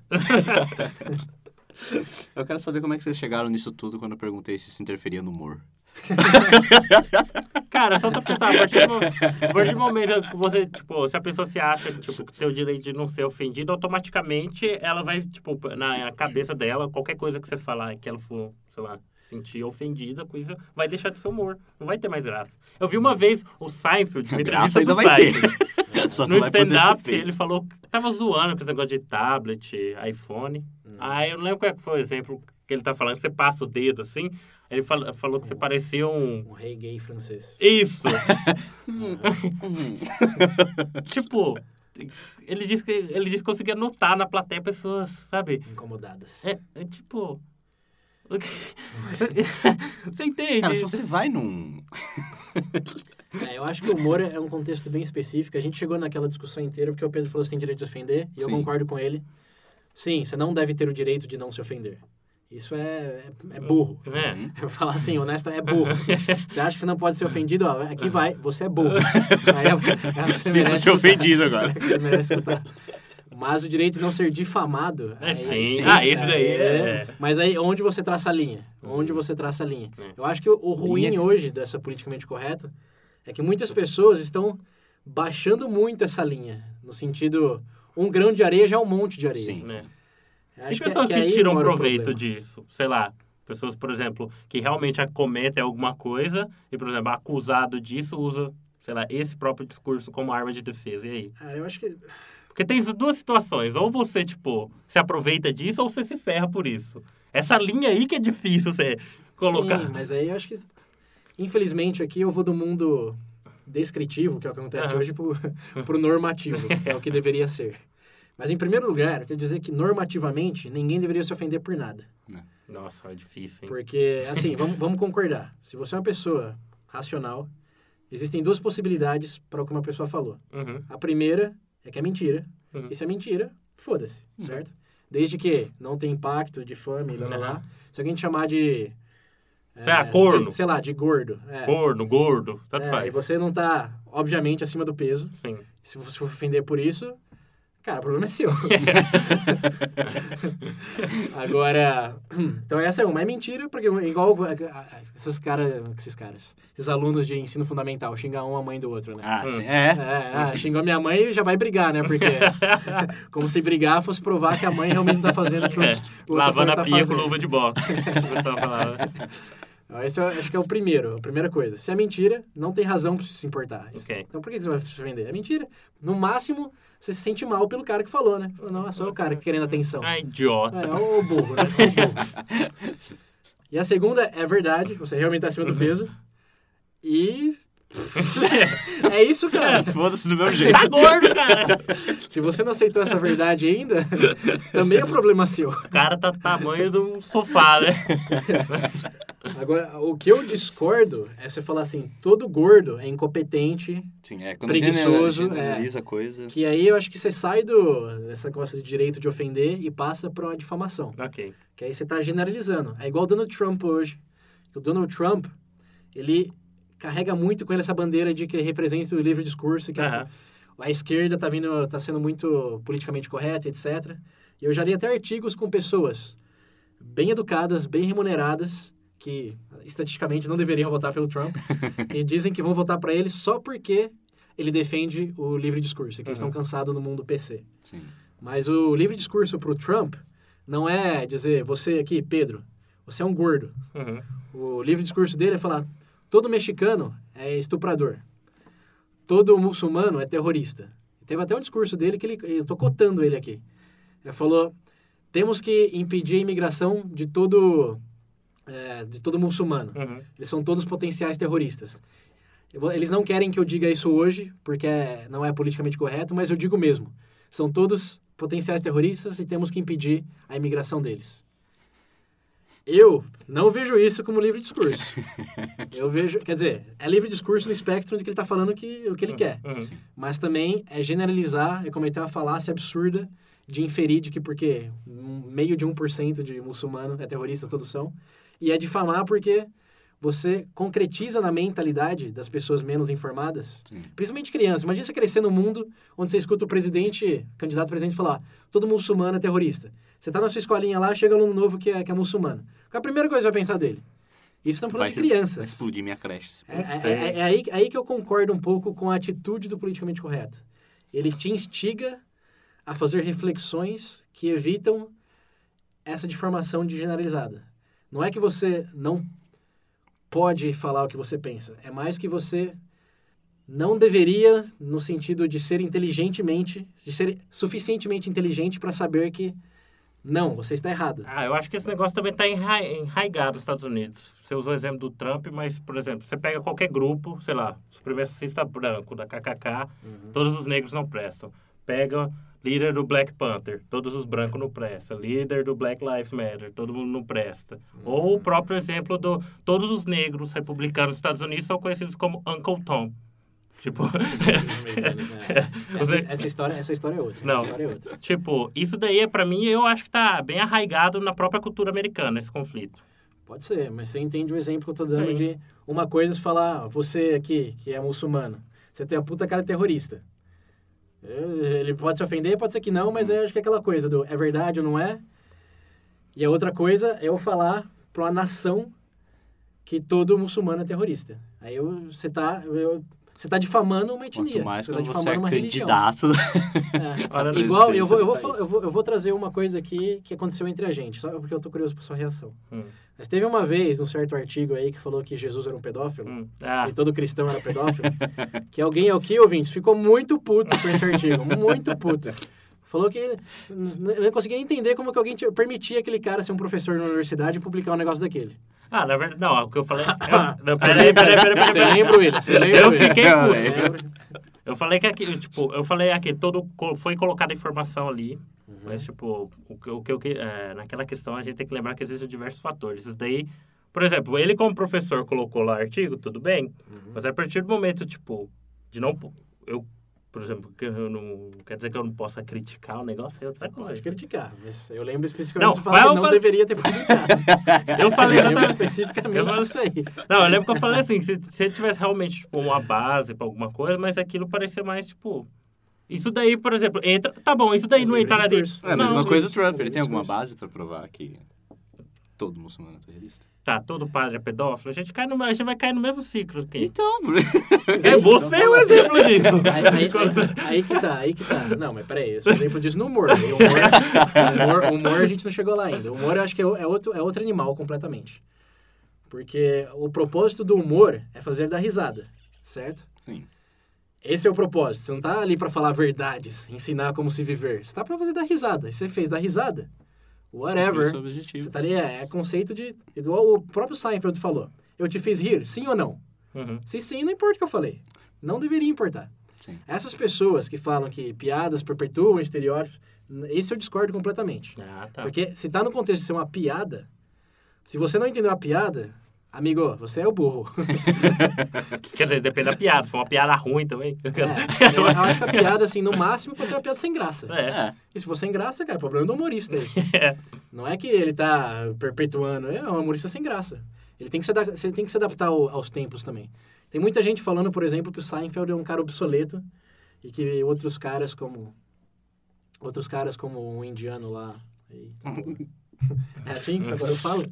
Eu quero saber como é que vocês chegaram nisso tudo quando eu perguntei se isso interferia no humor. Cara, só você pensar, a partir, do, a partir do momento que você, tipo, se a pessoa se acha, tipo, que tem o direito de não ser ofendida, automaticamente ela vai, tipo, na cabeça dela, qualquer coisa que você falar que ela for, sei lá, sentir ofendida com isso, vai deixar de ser humor. Não vai ter mais graça. Eu vi uma vez o Seinfeld, uma A graça entrevista do ainda vai ter. Seinfeld. Só No não vai poder ser stand-up, feito. ele falou que tava zoando com esse negócio de tablet, iPhone. Hum. Aí eu não lembro qual é que foi o exemplo que ele tá falando, que você passa o dedo assim, ele fal- falou que você parecia um... Um rei gay francês. Isso! Tipo, ele disse que ele disse que conseguia notar na plateia pessoas, sabe? Incomodadas. É, é tipo... Você entende? Cara, se você vai num... É, eu acho que o humor é um contexto bem específico. A gente chegou naquela discussão inteira porque o Pedro falou que você tem direito de se ofender, e eu Sim. concordo com ele. Sim, você não deve ter o direito de não se ofender. Isso é, é, é burro. É. Uhum. Eu vou falar assim, honesta, é burro. Você acha que você não pode ser ofendido? Ó, aqui vai, você é burro. Aí é, é o que você merece Sinta-se escutar. ofendido agora. É o que você merece escutar. Mas o direito de não ser difamado... É aí- sim. aí- Ah, esse daí é... Mas aí, onde você traça a linha? Onde você traça a linha? É. Eu acho que o, o ruim Linha- hoje dessa politicamente correto é que muitas pessoas estão baixando muito essa linha. No sentido, um grão de areia já é um monte de areia. Sim. né? Eu E acho pessoas que, é- é aí tiram mora o proveito problema. disso, sei lá, pessoas, por exemplo, que realmente acometem alguma coisa e, por exemplo, acusado disso usa, sei lá, esse próprio discurso como arma de defesa. E aí? Cara, eu acho que... Porque tem duas situações, ou você, tipo, se aproveita disso ou você se ferra por isso. Essa linha aí que é difícil você colocar. Sim, mas aí eu acho que... Infelizmente, aqui eu vou do mundo descritivo, que é o que acontece Aham. hoje, pro, pro normativo, que é o que deveria ser. Mas, em primeiro lugar, eu quero dizer que, normativamente, ninguém deveria se ofender por nada. Nossa, é difícil, hein? Porque, assim, vamos, vamos concordar. Se você é uma pessoa racional, existem duas possibilidades para o que uma pessoa falou. Uhum. A primeira é que é mentira. Uhum. E se é mentira, foda-se, certo? Desde que não tenha impacto, difame, lá, lá, lá. Se alguém te chamar de É, ah, corno. De, sei lá, de gordo. É. Corno, gordo, tanto é, faz. E você não tá, obviamente, acima do peso. Sim. Se você for ofender por isso, cara, o problema é seu. Agora, então essa é uma. É mentira, porque igual esses caras, esses caras, esses alunos de ensino fundamental, xingar um a mãe do outro, né? Ah, Hum. sim. É. É, ah, xingou minha mãe e já vai brigar, né? Porque como se brigar fosse provar que a mãe realmente não tá fazendo o que É, o lavando a tá pia fazendo. com luva de boxe. O pessoal falava. Esse eu acho que é o primeiro, a primeira coisa. Se é mentira, não tem razão pra se importar. Ok. Então por que você vai se vender? É mentira. No máximo, você se sente mal pelo cara que falou, né? Falou, não, é só o cara que querendo atenção. Ah, idiota. É, o, o burro, né? O burro. E a segunda é verdade, você realmente tá acima do peso. E... é isso, cara. Foda-se do meu jeito. Tá gordo, cara! Se você não aceitou essa verdade ainda, também é problema seu. O cara tá tamanho de um sofá, né? Agora, o que eu discordo é você falar assim, todo gordo é incompetente, Sim, é. Quando preguiçoso, generaliza a coisa... que aí eu acho que você sai do, dessa coisa de direito de ofender e passa para uma difamação. Ok. Que aí você tá generalizando. É igual o Donald Trump hoje. O Donald Trump, ele carrega muito com ele essa bandeira de que ele representa o livre discurso, que Aham. a, a esquerda tá, vindo, tá sendo muito politicamente correta, etcétera. E eu já li até artigos com pessoas bem educadas, bem remuneradas, que estatisticamente não deveriam votar pelo Trump, que dizem que vão votar para ele só porque ele defende o livre discurso, que eles Uhum. estão cansados no mundo P C. Sim. Mas o livre discurso pro Trump não é dizer, você aqui, Pedro, você é um gordo. Uhum. O livre discurso dele é falar, todo mexicano é estuprador. Todo muçulmano é terrorista. Teve até um discurso dele que ele, eu tô cotando ele aqui. Ele falou, temos que impedir a imigração de todo, é, de todo muçulmano. Uhum. Eles são todos potenciais terroristas. Eu vou- Eles não querem que eu diga isso hoje, porque é- não é politicamente correto, mas eu digo mesmo. São todos potenciais terroristas e temos que impedir a imigração deles. Eu não vejo isso como livre discurso. Eu vejo, quer dizer, é livre discurso no espectro de que ele está falando que, o que ele quer. Uhum. Mas também é generalizar, é cometer uma falácia absurda de inferir de que porque um meio de um por cento de muçulmano é terrorista, todos são. E é difamar porque você concretiza na mentalidade das pessoas menos informadas, Sim. principalmente crianças. Imagina você crescer num mundo onde você escuta o presidente, candidato a presidente, falar todo muçulmano é terrorista. Você tá na sua escolinha lá, chega um aluno novo que é, que é muçulmano. Qual é a primeira coisa que você vai pensar dele? Isso estamos falando Vai de ser- crianças. Vai explodir minha creche. É, Sei. é, é, é aí, é aí que eu concordo um pouco com a atitude do politicamente correto. Ele te instiga a fazer reflexões que evitam essa deformação de generalizada. Não é que você não pode falar o que você pensa. É mais que você não deveria, no sentido de ser inteligentemente, de ser suficientemente inteligente para saber que não, você está errado. Ah, eu acho que esse negócio também está enraigado nos Estados Unidos. Você usou o exemplo do Trump, mas, por exemplo, você pega qualquer grupo, sei lá, supremacista branco, da K K K, todos os negros não prestam. Pega líder do Black Panther, todos os brancos não prestam. Líder do Black Lives Matter, todo mundo não presta. Ou o próprio exemplo do... Todos os negros republicanos dos Estados Unidos são conhecidos como Uncle Tom. Tipo... essa, essa, história, essa história é outra. Não. Essa história é outra. Tipo, isso daí, é pra mim, eu acho que tá bem arraigado na própria cultura americana, esse conflito. Pode ser, mas você entende o exemplo que eu tô dando Sim. de uma coisa é falar, ah, você aqui, que é muçulmano, você tem a puta cara de terrorista. Eu- Ele pode se ofender, pode ser que não, mas eu acho que é aquela coisa do é verdade ou não é. E a outra coisa é eu falar pra uma nação que todo muçulmano é terrorista. Aí eu, você tá... Eu, você tá difamando uma etnia. Quanto mais você tá quando você difamando é uma religião. candidato. É. Olha, Igual, eu vou, eu, vou do falar- país. eu, vou, eu vou trazer uma coisa aqui que aconteceu entre a gente, só porque eu tô curioso por sua reação. Hum, Mas teve uma vez, num certo artigo aí, que falou que Jesus era um pedófilo, hum. Ah, e todo cristão era pedófilo, que alguém aqui, ouvintes, ficou muito puto com esse artigo, muito puto. Falou que n- não conseguia entender como que alguém tinha- permitia aquele cara ser um professor na universidade e publicar um negócio daquele. ah, na verdade, não, o que eu falei... Eu, não, peraí, peraí, peraí, peraí. Você peraí. lembra, William? Você lembra, Eu William? fiquei Não, puto. é. Lembra? Eu falei que aqui, tipo, eu falei aqui, todo, co- foi colocada informação ali, mas, tipo, o que, o que eu que- é, naquela questão a gente tem que lembrar que existem diversos fatores. Isso daí, por exemplo, ele como professor colocou lá artigo, tudo bem, mas a partir do momento, tipo, de não... Eu por exemplo, que eu não... Quer dizer que eu não possa criticar o negócio, é outra coisa. Pode criticar, mas eu lembro especificamente Não, de falar que mas eu não falei- deveria ter publicado. Eu falei Eu lembro exatamente... especificamente Eu falei- disso aí. Não, eu lembro que eu falei assim, se, se ele tivesse realmente, tipo, uma base pra alguma coisa, mas aquilo parecia mais, tipo... Isso daí, por exemplo, entra... Tá bom, isso daí O não livre entraria... discurso. É a Não, mesma coisa o isso, Trump. o Ele tem alguma discurso. base pra provar que todo muçulmano é terrorista? Tá, todo padre é pedófilo, a gente, cai no, a gente vai cair no mesmo ciclo aqui. Então... É você é o exemplo disso. Aí, aí- aí- aí que tá, aí que tá. Não, mas peraí, eu sou exemplo disso no humor. Aí o humor, o humor. O humor a gente não chegou lá ainda. O humor eu acho que é, o- é outro, é outro animal completamente. Porque o propósito do humor é fazer dar risada, certo? Sim. Esse é o propósito. Você não tá ali pra falar verdades, ensinar como se viver. Você tá pra fazer dar risada. E você fez dar risada. Whatever. Esse é o objetivo. Você tá ali, é, é conceito de... Igual o próprio Seinfeld falou. Eu te fiz rir, sim ou não? Uhum. Se sim, não importa o que eu falei. Não deveria importar. Sim. Essas pessoas que falam que piadas perpetuam estereótipos, esse eu discordo completamente. Ah, tá. Porque se tá no contexto de ser uma piada, se você não entendeu a piada, amigo, você é o burro. Quer dizer, depende da piada. Se for uma piada ruim também. É, eu acho que a piada, assim, no máximo, pode ser uma piada sem graça. É. É. E se for sem graça, cara, é problema do humorista aí. É. Não é que ele tá perpetuando, é um humorista sem graça. Ele tem que se, ada- você tem que se adaptar ao- aos tempos também. Tem muita gente falando, por exemplo, que o Seinfeld é um cara obsoleto e que outros caras como... Outros caras como um indiano lá... Eita. É assim que agora eu falo?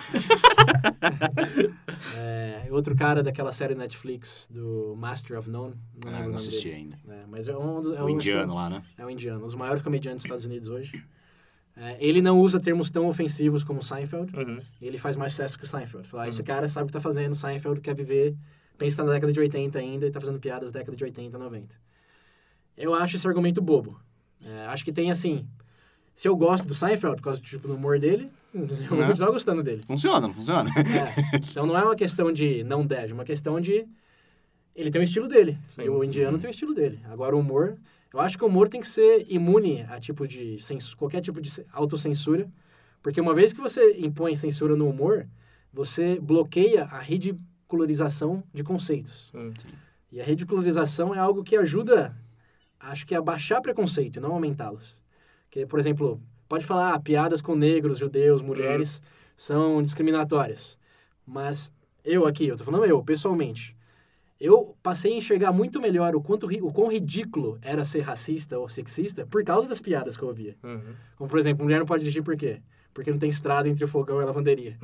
É, outro cara daquela série Netflix do Master of None. Não Ah, lembro não o nome assisti dele. ainda. É, mas é um, do- é O um indiano lá, né? É um indiano, um dos maiores comediantes dos Estados Unidos hoje. É, ele não usa termos tão ofensivos como Seinfeld. Uhum. Ele faz mais sucesso que o Seinfeld. Fala, esse cara sabe o que tá fazendo, Seinfeld quer viver, pensa na década de oitenta ainda e tá fazendo piadas da década de oitenta, noventa. Eu acho esse argumento bobo. É, acho que tem, assim... Se eu gosto do Seinfeld por causa do tipo do humor dele, eu vou Não. continuar gostando dele. Funciona, não funciona? É, então não é uma questão de não deve, é uma questão de... Ele tem o estilo dele. Sim. E o indiano tem o estilo dele. Agora o humor... Eu acho que o humor tem que ser imune a tipo de cens- qualquer tipo de ce- autocensura. Porque uma vez que você impõe censura no humor, você bloqueia a ridicularização de conceitos. Hum. E a ridicularização é algo que ajuda, acho que, a baixar preconceito e não aumentá-los. Que, por exemplo, pode falar, ah, piadas com negros, judeus, mulheres são discriminatórias. Mas eu aqui, eu tô falando eu, pessoalmente, eu passei a enxergar muito melhor o, quanto, ri- o quão ridículo era ser racista ou sexista por causa das piadas que eu ouvia. Uhum. Como, por exemplo, mulher não pode dirigir por quê? Porque não tem estrada entre o fogão e a lavanderia.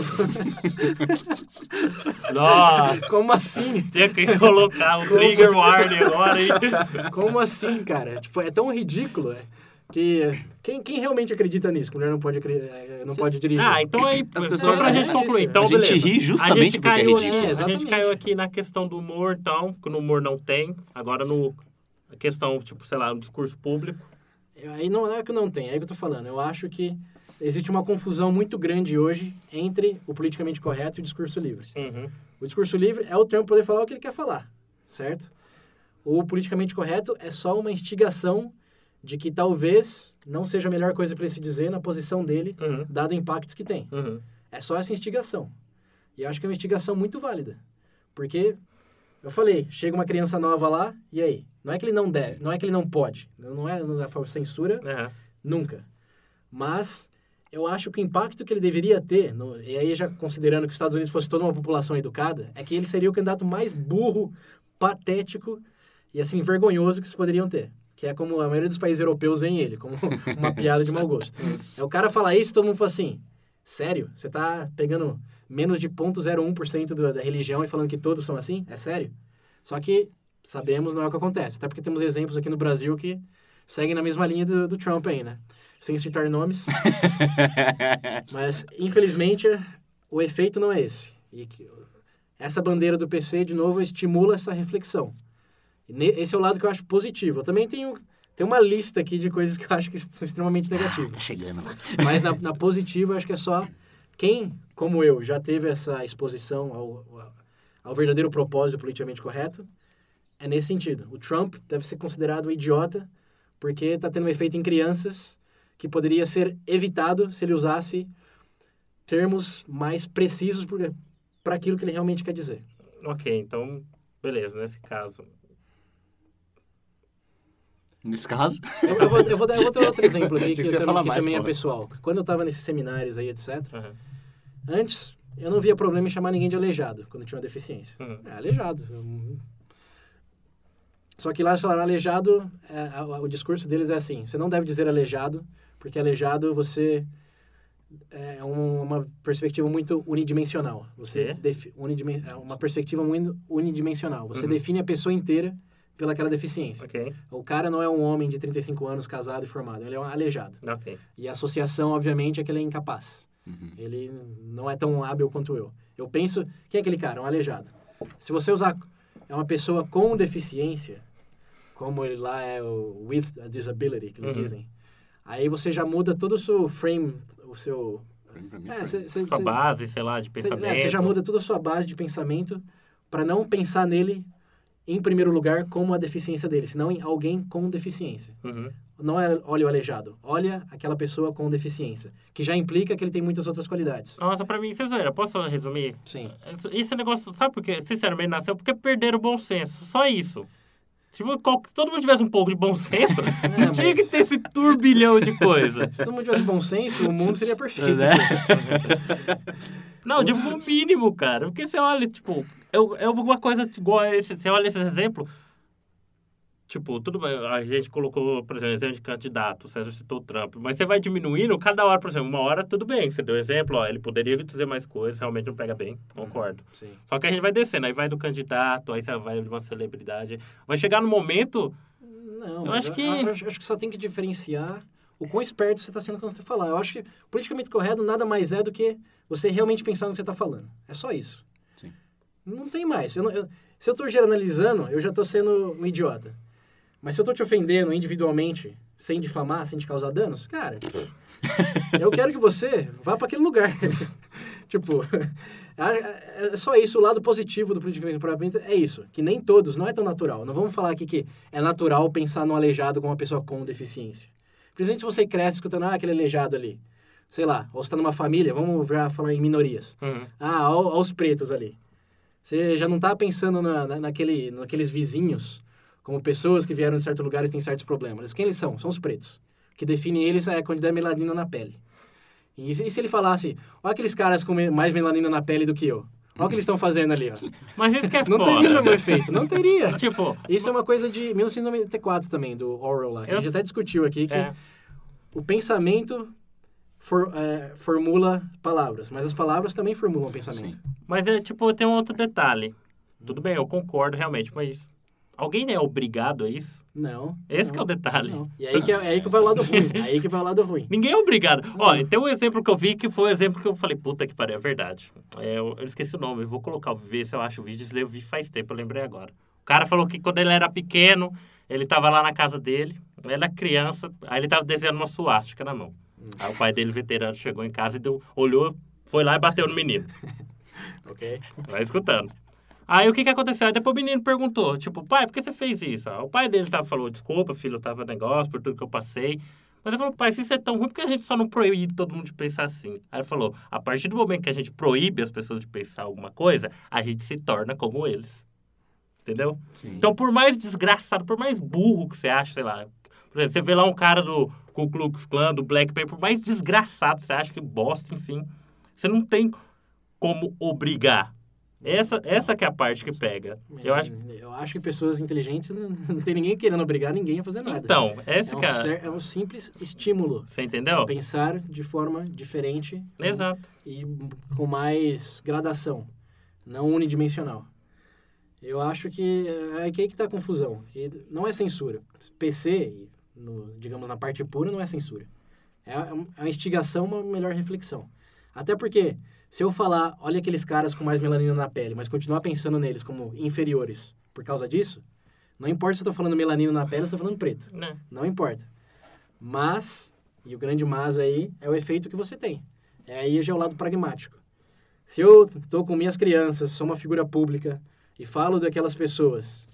Nossa, Como assim? tinha que colocar um trigger warning agora, hein? Como assim, cara? Tipo, é tão ridículo, é, que... Quem, quem realmente acredita nisso? Que mulher não pode, acre- eh, não pode dirigir? Ah, então aí, As só pessoas- pra É, gente é concluir. isso. Então, A gente beleza. ri justamente a gente porque é caiu, ridículo. É, A gente exatamente. caiu aqui na questão do humor, então, que no humor não tem. Agora no a questão, tipo, sei lá, no discurso público. Aí não é que não tem, é aí que eu tô falando. Eu acho que existe uma confusão muito grande hoje entre o politicamente correto e o discurso livre. Uhum. O discurso livre é o Trump poder falar o que ele quer falar, certo? O politicamente correto é só uma instigação de que talvez não seja a melhor coisa para ele se dizer na posição dele, Uhum. dado o impacto que tem. Uhum. É só essa instigação. E eu acho que é uma instigação muito válida. Porque, eu falei, chega uma criança nova lá, e aí? Não é que ele não deve, não é que ele não pode. Não é, não é a favor de censura, Uhum. nunca. Mas eu acho que o impacto que ele deveria ter, no, e aí já considerando que os Estados Unidos fosse toda uma população educada, é que ele seria o candidato mais burro, patético e assim vergonhoso que eles poderiam ter. Que é como a maioria dos países europeus vê ele, como uma piada de mau gosto. É o cara falar isso e todo mundo fala assim, sério? Você tá pegando menos de zero vírgula zero um por cento da, da religião e falando que todos são assim? É sério? Só que sabemos não é o que acontece. Até porque temos exemplos aqui no Brasil que seguem na mesma linha do, do Trump aí, né? Sem citar nomes. Mas, infelizmente, o efeito não é esse. E que, essa bandeira do P C, de novo, estimula essa reflexão. E ne, esse é o lado que eu acho positivo. Eu também tenho, tenho uma lista aqui de coisas que eu acho que são extremamente negativas. Tá chegando. Mas na, na positiva, eu acho que é só quem, como eu, já teve essa exposição ao, ao verdadeiro propósito politicamente correto, é nesse sentido. O Trump deve ser considerado um idiota porque está tendo um efeito em crianças que poderia ser evitado se ele usasse termos mais precisos para aquilo que ele realmente quer dizer. Ok, então, beleza, nesse caso. Nesse caso... Eu, eu, vou, eu, vou, dar, eu vou ter outro exemplo aqui, que, que, que também, que mais, também é porra. pessoal. Quando eu tava nesses seminários aí, etcétera, Uhum. antes eu não via problema em chamar ninguém de aleijado, quando tinha uma deficiência. Uhum. É, aleijado. Eu- Só que lá eles falaram aleijado, é, a- a- o discurso deles é assim, você não deve dizer aleijado, porque aleijado você é um- uma perspectiva muito unidimensional. Você Quê? defi- unidimen- é uma perspectiva muito unidimensional. Você Uhum. define a pessoa inteira pelaquela deficiência. Ok, O cara não é um homem de trinta e cinco anos, casado e formado, ele é um aleijado. ok. E a associação, obviamente, é que ele é incapaz. Uhum. Ele não é tão hábil quanto eu. Eu penso, quem é aquele cara? Um aleijado. Se você usar é uma pessoa com deficiência, como ele lá é o with a disability, que eles Uhum. dizem, aí você já muda todo o seu frame, o seu... Pra mim, É, foi. cê, cê, Sua cê- base, sei lá, de cê- pensamento. é, você já muda toda a sua base de pensamento para não pensar nele, em primeiro lugar, como a deficiência dele, senão em alguém com deficiência. Uhum. Não é olha o aleijado, olha aquela pessoa com deficiência, que já implica que ele tem muitas outras qualidades. Nossa, pra mim, vocês viram, posso resumir? Sim. Esse- Esse negócio, sabe por quê? Sinceramente, nasceu porque perderam o bom senso. Só isso. Tipo, qual- se todo mundo tivesse um pouco de bom senso, É, não tinha mas- que ter esse turbilhão de coisa. Se todo mundo tivesse bom senso, o mundo seria perfeito. Né? Não, digo no mínimo, cara. Porque você olha, tipo, é, é alguma coisa igual a esse. Você olha esse exemplo. Tipo, tudo bem, a gente colocou, por exemplo, exemplo de candidato, o César citou o Trump, mas você vai diminuindo cada hora, por exemplo, uma hora tudo bem, você deu exemplo, ó, ele poderia dizer mais coisas, realmente não pega bem, concordo. Sim. Só que a gente vai descendo, aí vai do candidato, aí você vai de uma celebridade, vai chegar no momento, Não, Eu mas acho que- eu acho, acho que só tem que diferenciar o quão esperto você está sendo quando você falar. Eu acho que politicamente correto nada mais é do que você realmente pensar no que você está falando. É só isso. Sim. Não tem mais. Eu não- eu- se eu estou generalizando, eu já estou sendo um idiota. Mas se eu estou te ofendendo individualmente, sem difamar, sem te causar danos, cara, eu quero que você vá para aquele lugar. Tipo, é é só isso. O lado positivo do politicamente correto é isso. Que nem todos, não é tão natural. Não vamos falar aqui que é natural pensar no aleijado como uma pessoa com deficiência. Principalmente se você cresce escutando, ah, aquele aleijado ali. Sei lá, ou você está numa família, vamos já falar em minorias. Uhum. Ah, ao- aos pretos ali. Você já não tá pensando na, na, naquele, naqueles vizinhos como pessoas que vieram de certos lugares e têm certos problemas. Quem eles são? São os pretos. O que define eles é a quantidade de melanina na pele. E se, e se ele falasse, olha aqueles caras com me- mais melanina na pele do que eu. Olha o que eles estão fazendo ali, ó. Mas isso que é Não foda. teria o mesmo efeito. Não teria. Tipo, Isso é uma coisa de mil novecentos e noventa e quatro também, do Orwell lá. Que Eu- a gente até discutiu aqui que é, o pensamento for- é, formula palavras, mas as palavras também formulam o pensamento. Sim. mas é tipo, tem um outro detalhe. Tudo bem, eu concordo realmente, mas alguém é obrigado a isso? Não. Esse não, que é o detalhe. não. E aí que, é, é aí que vai o lado ruim. Aí que vai o lado ruim. Ninguém é obrigado. Ó, tem um exemplo que eu vi que foi o exemplo que eu falei, puta que pariu, é verdade. É, eu, eu esqueci o nome, eu vou colocar, ver se eu acho o vídeo. Eu vi faz tempo, eu lembrei agora. O cara falou que quando ele era pequeno, ele tava lá na casa dele, ele era criança, aí ele tava desenhando uma suástica na mão. Aí o pai dele, veterano, chegou em casa e deu, olhou, foi lá e bateu no menino. Ok? Vai escutando. Aí o que que aconteceu? Aí depois o menino perguntou, tipo, pai, por que você fez isso? Ah, o pai dele tava, falou, desculpa, filho, eu tava negócio por tudo que eu passei. Mas ele falou, pai, se isso é tão ruim, por que a gente só não proíbe todo mundo de pensar assim? Aí ele falou, a partir do momento que a gente proíbe as pessoas de pensar alguma coisa, a gente se torna como eles. Entendeu? Sim. Então, por mais desgraçado, por mais burro que você acha, sei lá... Por exemplo, você vê lá um cara do Ku Klux Klan, do Black Panther, por mais desgraçado você acha que bosta, enfim... Você não tem como obrigar. Essa, essa que é a parte que pega. Eu acho... Eu acho que pessoas inteligentes não, não tem ninguém querendo obrigar ninguém a fazer nada. Então, essa é um, que é... cer- é um simples estímulo. Você entendeu? Pensar de forma diferente Exato. e com mais gradação, não unidimensional. Eu acho que é que aí que está a confusão. Que não é censura. P C, no, digamos, na parte pura, não é censura. É um- é uma instigação, uma melhor reflexão. Até porque, se eu falar, olha aqueles caras com mais melanina na pele, mas continuar pensando neles como inferiores por causa disso, não importa se eu estou falando melanina na pele ou se eu estou falando preto. Né? Não importa. Mas, e o grande mas aí, é o efeito que você tem. É aí já é o lado pragmático. Se eu estou com minhas crianças, sou uma figura pública e falo daquelas pessoas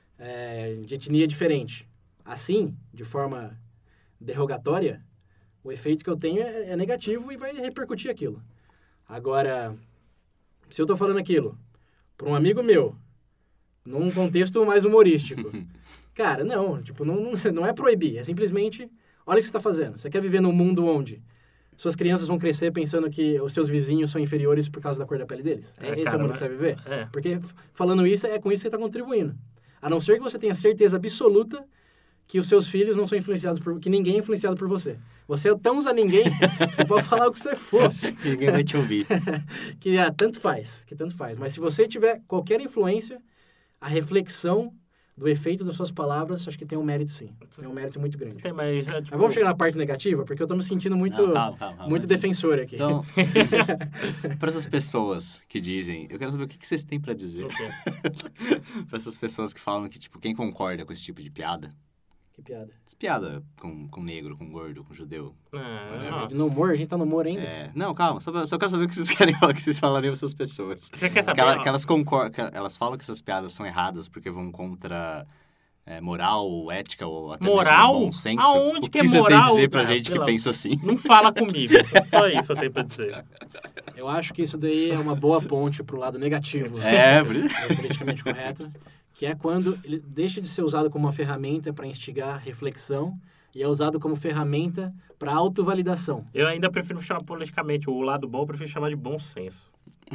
é, de etnia diferente, assim, de forma derrogatória, o efeito que eu tenho é, é negativo e vai repercutir aquilo. Agora, se eu estou falando aquilo para um amigo meu, num contexto mais humorístico, Cara, não, tipo, não, não, não é proibir, é simplesmente, olha o que você está fazendo. Você quer viver num mundo onde suas crianças vão crescer pensando que os seus vizinhos são inferiores por causa da cor da pele deles? É, É, esse cara, é o mundo né? que você vai viver? É. Porque falando isso, é com isso que você está contribuindo. A não ser que você tenha certeza absoluta que os seus filhos não são influenciados por... que ninguém é influenciado por você. Você é tão Zé Ninguém que você pode falar o que você for. Ninguém vai te ouvir. Que ah, tanto faz, que tanto faz. Mas se você tiver qualquer influência, a reflexão do efeito das suas palavras, acho que tem um mérito sim. Tem um mérito muito grande. Tem, mas, é, tipo, Mas vamos chegar na parte negativa, porque eu estou me sentindo muito, Não, calma, calma, calma. muito Antes- defensor aqui. Então, para essas pessoas que dizem... Eu quero saber o que que vocês têm para dizer. o quê? Para essas pessoas que falam que, tipo, quem concorda com esse tipo de piada... Que piada. Essa piada com, com negro, com gordo, com judeu... É, É, nossa. no humor, a gente tá no humor ainda. É, não, calma, só, só quero saber o que vocês querem falar, que vocês falariam para essas pessoas. Você quer saber? Que, ela- que elas concordam, que elas falam que essas piadas são erradas porque vão contra é, moral, ética ou até Moral? mesmo bom senso. Aonde o que é você tem moral, a dizer pra cara? gente que Pelo- pensa assim? Não fala comigo. Só isso eu tenho pra dizer. Eu acho que isso daí é uma boa ponte pro lado negativo É, por isso- do politicamente correto, que é quando ele deixa de ser usado como uma ferramenta para instigar reflexão e é usado como ferramenta para autovalidação. Eu ainda prefiro chamar politicamente o lado bom, eu prefiro chamar de bom senso.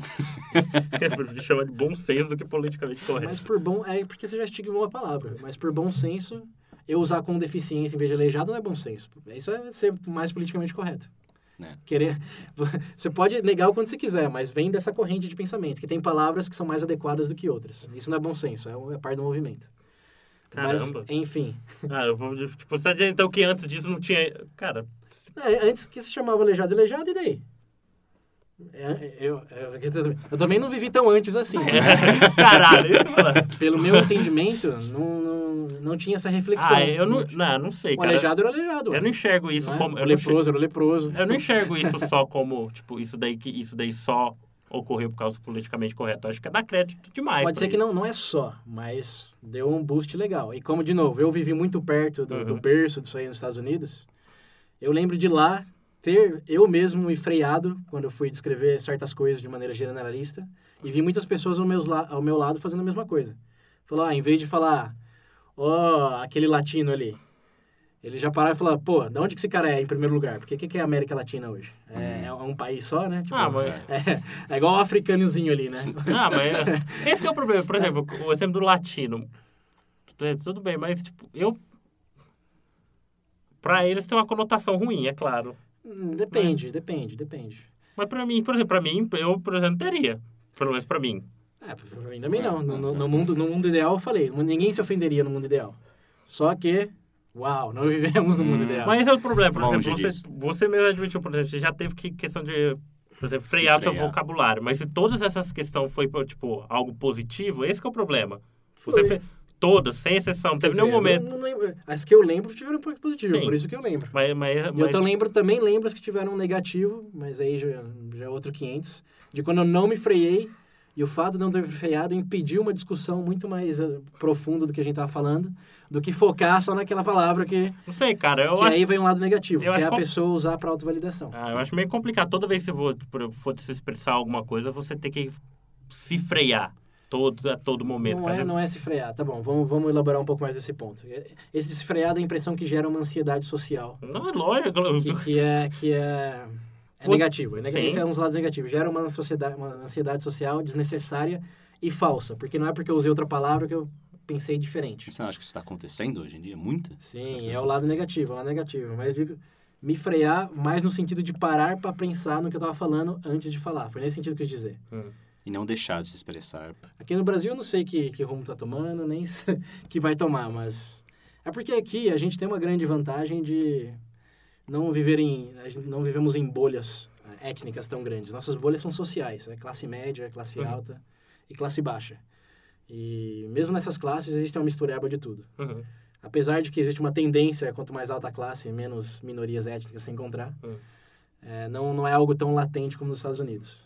Eu prefiro chamar de bom senso do que politicamente correto. Mas por bom, é porque você já estigmou a palavra, mas por bom senso, eu usar com deficiência em vez de aleijado não é bom senso. Isso é ser mais politicamente correto. É. Querer, você pode negar o quanto você quiser, mas vem dessa corrente de pensamento, que tem palavras que são mais adequadas do que outras. Isso não é bom senso, é, é parte do movimento. Caramba. Mas, enfim. Ah, eu vou, tipo, você tá dizendo então que antes disso não tinha... Cara, É, antes que se chamava aleijado, aleijado, e daí? É, eu, eu, eu, eu também não vivi tão antes assim. né? caralho. isso que eu ia falar. Pelo meu entendimento, não, não, não tinha essa reflexão. Ah, eu não... Não, não sei, O cara. aleijado era aleijado. Eu não enxergo isso não é? como... O Eu não, enxergo, leproso era o leproso. eu não enxergo isso só como, tipo, isso daí, que, isso daí só ocorreu por causa do politicamente correto. Eu acho que é dar crédito demais Pode pra ser que isso. não, não é só, mas deu um boost legal. E como, de novo, eu vivi muito perto do, do Uhum. berço disso aí nos Estados Unidos, eu lembro de lá ter eu mesmo me freado quando eu fui descrever certas coisas de maneira generalista e vi muitas pessoas ao meu, la- ao meu lado fazendo a mesma coisa. Falou, ah, em vez de falar, ó, aquele latino ali, ele já parava e falava, pô, de onde que esse cara é em primeiro lugar? Porque o que, que é a América Latina hoje? É, é um país só, né? Tipo, Ah, mas... é, é igual o africanozinho ali, né? Ah, mas esse que é o problema. Por exemplo, o exemplo do latino. É, tudo bem, mas, tipo, eu... Pra eles tem uma conotação ruim, é claro. Hum, Depende, depende, depende. Mas pra mim, por exemplo, pra mim, eu, por exemplo, teria. Pelo menos pra mim. É, pra mim também não. No, no, no mundo, no mundo ideal, eu falei, ninguém se ofenderia no mundo ideal. Só que, uau, não vivemos no mundo ideal. Mas esse é o problema, por Longe exemplo, você, disso. você mesmo admitiu, por exemplo, você já teve que questão de, por exemplo, frear seu frear. vocabulário. Mas se todas essas questões foi, tipo, algo positivo, esse que é o problema. Você Foi. fe... Todas, sem exceção, não Quer teve nenhum dizer, momento. Não, não lembro. As que eu lembro tiveram um ponto positivo, Sim. por isso que eu lembro. Mas, mas, E eu mas... tô lembro, também lembro as que tiveram um negativo, mas aí já, já é outro quinhentos, de quando eu não me freiei e o fato de não ter freado impediu uma discussão muito mais uh, profunda do que a gente tava falando, do que focar só naquela palavra que, Não sei, cara, eu que acho... aí vem um lado negativo, eu que acho é a com- pessoa usar para autovalidação. Ah, eu acho meio complicado. Toda vez que você for, for se expressar alguma coisa, você tem que se frear todo, a todo momento. Não pra é, gente- não é se frear, tá bom, vamos, vamos elaborar um pouco mais desse ponto. Esse de se frear dá a impressão que gera uma ansiedade social, Não é lógico. que, que é, que é, é Pô, negativo. É neg- sim. Esse é um dos lados negativos. Gera uma, sociedade, uma ansiedade social desnecessária e falsa, porque não é porque eu usei outra palavra que eu pensei diferente. Você não acha que isso está acontecendo hoje em dia? Muita? Sim, As é o pessoas- lado negativo, é o lado negativo. Mas eu digo, me frear mais no sentido de parar para pensar no que eu estava falando antes de falar. Foi nesse sentido que eu quis dizer. Hum. E não deixar de se expressar. Aqui no Brasil eu não sei que, que rumo tá tomando, nem se- que vai tomar, mas... É porque aqui a gente tem uma grande vantagem de não viver em... A gente não vivemos em bolhas eh, étnicas tão grandes. Nossas bolhas são sociais, é classe média, classe Uhum. alta e classe baixa. E mesmo nessas classes existe uma mistureba de tudo. Uhum. Apesar de que existe uma tendência, quanto mais alta a classe, menos minorias étnicas se encontrar, Uhum. eh, não, não é algo tão latente como nos Estados Unidos.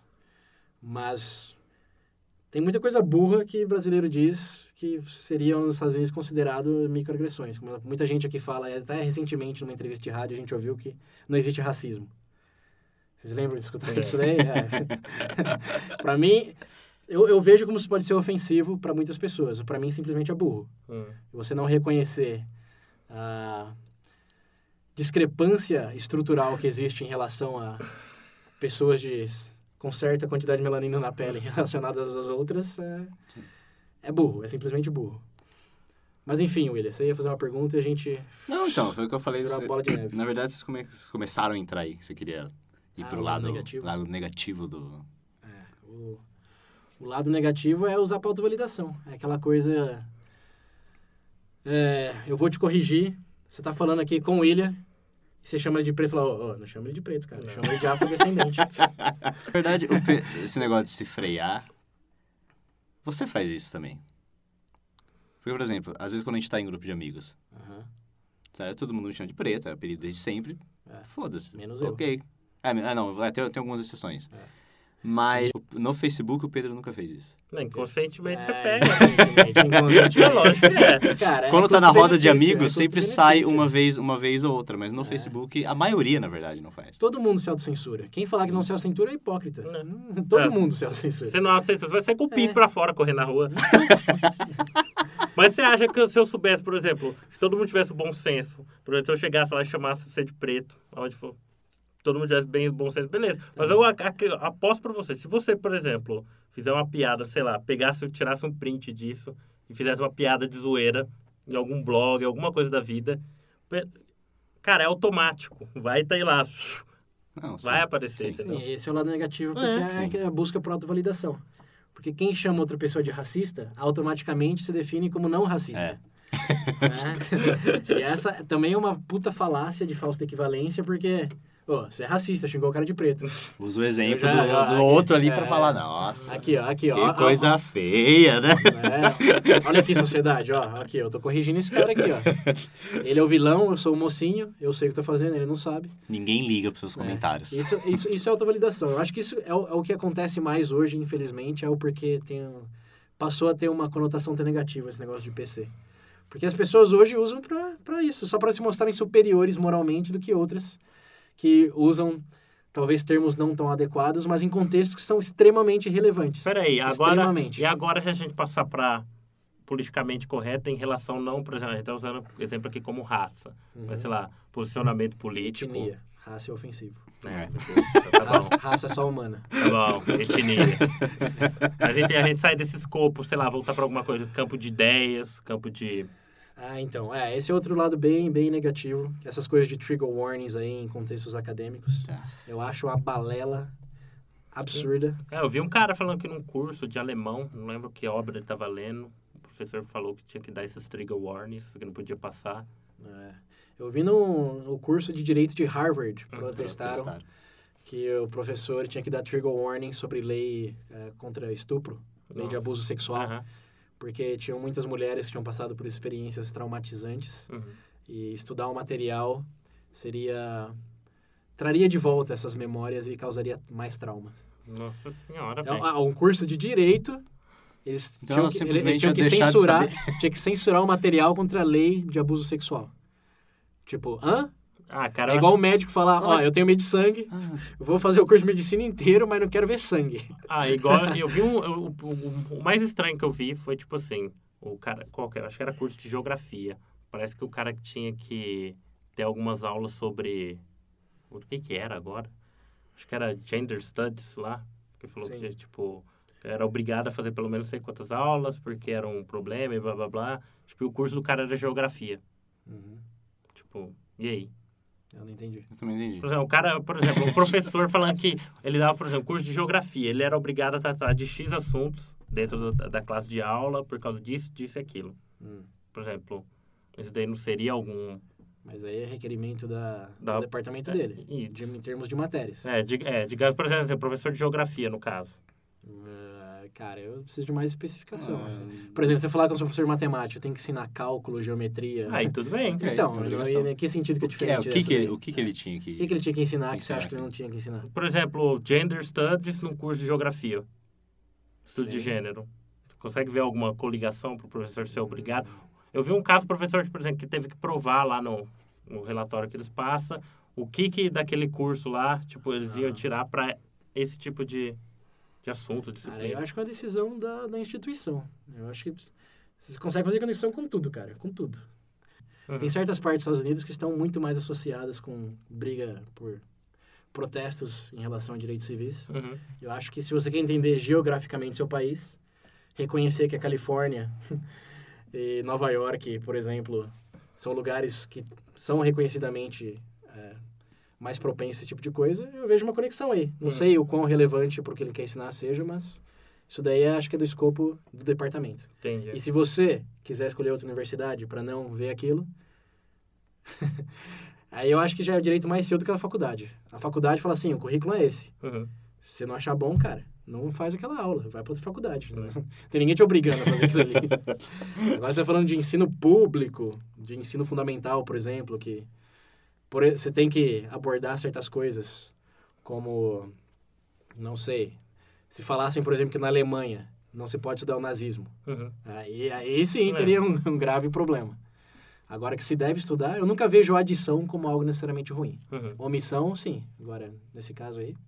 Mas tem muita coisa burra que brasileiro diz que seriam nos Estados Unidos considerado microagressões. Como muita gente aqui fala, até recentemente numa entrevista de rádio a gente ouviu que não existe racismo. Vocês lembram de escutar isso daí? É. Pra mim, Eu, eu vejo como isso pode ser ofensivo para muitas pessoas. Para mim, simplesmente é burro. Hum. Você não reconhecer a discrepância estrutural que existe em relação a pessoas de, com certa quantidade de melanina na pele relacionadas às outras é, é burro, é simplesmente burro. Mas enfim, William, você ia fazer uma pergunta e a gente... Não, então, foi o que eu falei. Virou a bola de neve. Na verdade, vocês come- começaram a entrar aí. Você queria ir Ah, pro o lado lado negativo. lado negativo do... É, o, o lado negativo é usar para autovalidação. É aquela coisa... É, eu vou te corrigir. Você tá falando aqui com o William e você chama ele de preto e fala, ó, oh, não chama ele de preto, cara. Chama ele de afrodescendente. Na verdade, o pe- esse negócio de se frear, você faz isso também. Porque, por exemplo, às vezes quando a gente tá em grupo de amigos, Aham. certo? Todo mundo me chama de preto, é apelido desde sempre. É. Foda-se. Menos eu. Ok. É, ah, não, é, tem, tem algumas exceções. É. Mas no Facebook o Pedro nunca fez isso. Não, inconscientemente você É, pega. inconscientemente, inconscientemente. É lógico que é. Cara, é Quando tá na roda de custo-benefício, amigos, é sempre sai custo-benefício. uma vez, uma vez ou outra. Mas no É. Facebook, a maioria, na verdade, não faz. Todo mundo se autocensura. Quem falar que não se autocensura é hipócrita. É. Hum, Todo É. mundo se autocensura. Você não aceita, você vai sair com o pinto É. pra fora correndo na rua. Mas você acha que se eu soubesse, por exemplo, se todo mundo tivesse o bom senso, por exemplo, se eu chegasse lá e chamasse você de preto, aonde for, todo mundo tivesse bem o bom senso, beleza. Mas eu a- a- aposto pra você, se você, por exemplo, fizer uma piada, sei lá, pegasse, tirasse um print disso e fizesse uma piada de zoeira em algum blog, alguma coisa da vida, pe- cara, é automático. Vai tá aí lá, Não, sim. vai aparecer, Sim, entendeu? Sim, esse é o lado negativo, porque É, é, sim. que é a busca por autovalidação. Porque quem chama outra pessoa de racista, automaticamente se define como não racista. É. Né? E essa também é uma puta falácia de falsa equivalência, porque... Ô, você é racista, xingou o cara de preto. Usa o exemplo Eu já- do, do aqui, outro ali é. pra falar, nossa, Aqui, ó, aqui, que ó. ó, coisa ó, feia, né? É, olha aqui, sociedade, ó. Aqui, eu tô corrigindo esse cara aqui, ó. Ele é o vilão, eu sou o mocinho, eu sei o que eu tô fazendo, ele não sabe. Ninguém liga pros seus comentários. É, isso, isso, isso é autovalidação. Eu acho que isso é o, é o que acontece mais hoje, infelizmente, é o porque tem, um- passou a ter uma conotação até negativa esse negócio de P C. Porque as pessoas hoje usam pra, pra isso, só pra se mostrarem superiores moralmente do que outras que usam, talvez, termos não tão adequados, mas em contextos que são extremamente relevantes. Peraí, agora, Extremamente. e agora se a gente passar para politicamente correto em relação não, por exemplo, a gente está usando exemplo aqui como raça, mas sei lá, posicionamento político. Etnia. Raça é ofensivo. Né? É. Tá bom, Raça, raça é só humana. tá bom, etnia. Mas enfim, a gente sai desse escopo, sei lá, voltar para alguma coisa, campo de ideias, campo de... Ah, então, é, esse é outro lado bem, bem negativo, que essas coisas de trigger warnings aí em contextos acadêmicos, Tá. eu acho uma balela absurda. É, eu vi um cara falando que num curso de alemão, não lembro que obra ele estava lendo, o professor falou que tinha que dar esses trigger warnings, que não podia passar. É. Eu vi no, no curso de Direito de Harvard, Hum, protestaram Protestaram. que o professor tinha que dar trigger warning sobre lei é, contra estupro, lei de Nossa. abuso sexual, Aham. porque tinham muitas mulheres que tinham passado por experiências traumatizantes Uhum. e estudar o material seria... traria de volta essas memórias e causaria mais trauma. Nossa senhora, Então, velho. ah, um curso de direito, eles Então, tinham que, simplesmente eles tinham ia que deixar de censurar, saber. tinha que censurar o material contra a lei de abuso sexual. Tipo, hã? Ah, cara, É eu igual o acho- médico falar, ó, eu tenho medo de sangue, eu vou fazer o curso de medicina inteiro, mas não quero ver sangue. Ah, igual, eu vi um, eu- o, o- o mais estranho que eu vi foi, tipo assim, o cara, qual que era? Acho que era curso de geografia. Parece que o cara tinha que ter algumas aulas sobre, o que que era agora? Acho que era Gender Studies lá, que falou Sim. que, tipo, era obrigado a fazer pelo menos não sei quantas aulas, porque era um problema e blá, blá, blá. Tipo, e o curso do cara era geografia. Tipo, e aí? Eu não entendi. Eu também entendi. Por exemplo, o cara, por exemplo, o professor falando que ele dava, por exemplo, curso de geografia. Ele era obrigado a tratar de X assuntos dentro da, da classe de aula por causa disso, disso e aquilo. Hum. Por exemplo, isso daí não seria algum... Mas aí é requerimento da, Da- do departamento é, dele, isso. de, em termos de matérias. É, dig, é, digamos, por exemplo, assim, professor de geografia, no caso. Ah, cara, eu preciso de mais especificação. Ah, assim. Por exemplo, você falar com o seu professor de matemática, tem que ensinar cálculo, geometria. Aí, tudo bem. Ok. Então, é eu- obrigação. em que sentido que é É, diferente o que, dessa que, ele, daí? o que, que ele tinha que... O que, que ele tinha que ensinar que você Ensinar acha que ele aqui. não tinha que ensinar? Por exemplo, Gender Studies num curso de geografia. Estudo de Sim. gênero. Você consegue ver alguma coligação para o professor ser obrigado? Eu vi um caso, professor, por exemplo, que teve que provar lá no, no relatório que eles passam o que que daquele curso lá, tipo, eles iam tirar para esse tipo de, de assunto, Cara, disciplina. eu acho que é uma decisão da, da instituição. Eu acho que você consegue fazer conexão com tudo, cara, com tudo. Uhum. Tem certas partes dos Estados Unidos que estão muito mais associadas com briga por protestos em relação a direitos civis. Uhum. Eu acho que se você quer entender geograficamente seu país, reconhecer que a Califórnia e Nova York, por exemplo, são lugares que são reconhecidamente é, mais propensos a esse tipo de coisa, eu vejo uma conexão aí. Não Uhum. sei o quão relevante para o que ele quer ensinar seja, mas isso daí é, acho que é do escopo do departamento. Entendi. E se você quiser escolher outra universidade para não ver aquilo, aí eu acho que já é o direito mais seu do que a faculdade. A faculdade fala assim, o currículo é esse. Uhum. Se você não achar bom, cara, não faz aquela aula, vai para outra faculdade. Não tem ninguém te obrigando a fazer aquilo ali. Agora você tá falando de ensino público, de ensino fundamental, por exemplo, que por, você tem que abordar certas coisas, como, não sei, se falassem, por exemplo, que na Alemanha não se pode estudar o nazismo. Uhum. Aí, aí sim É. teria um, um grave problema. Agora que se deve estudar, eu nunca vejo adição como algo necessariamente ruim. Uhum. Omissão, sim. Agora, nesse caso aí...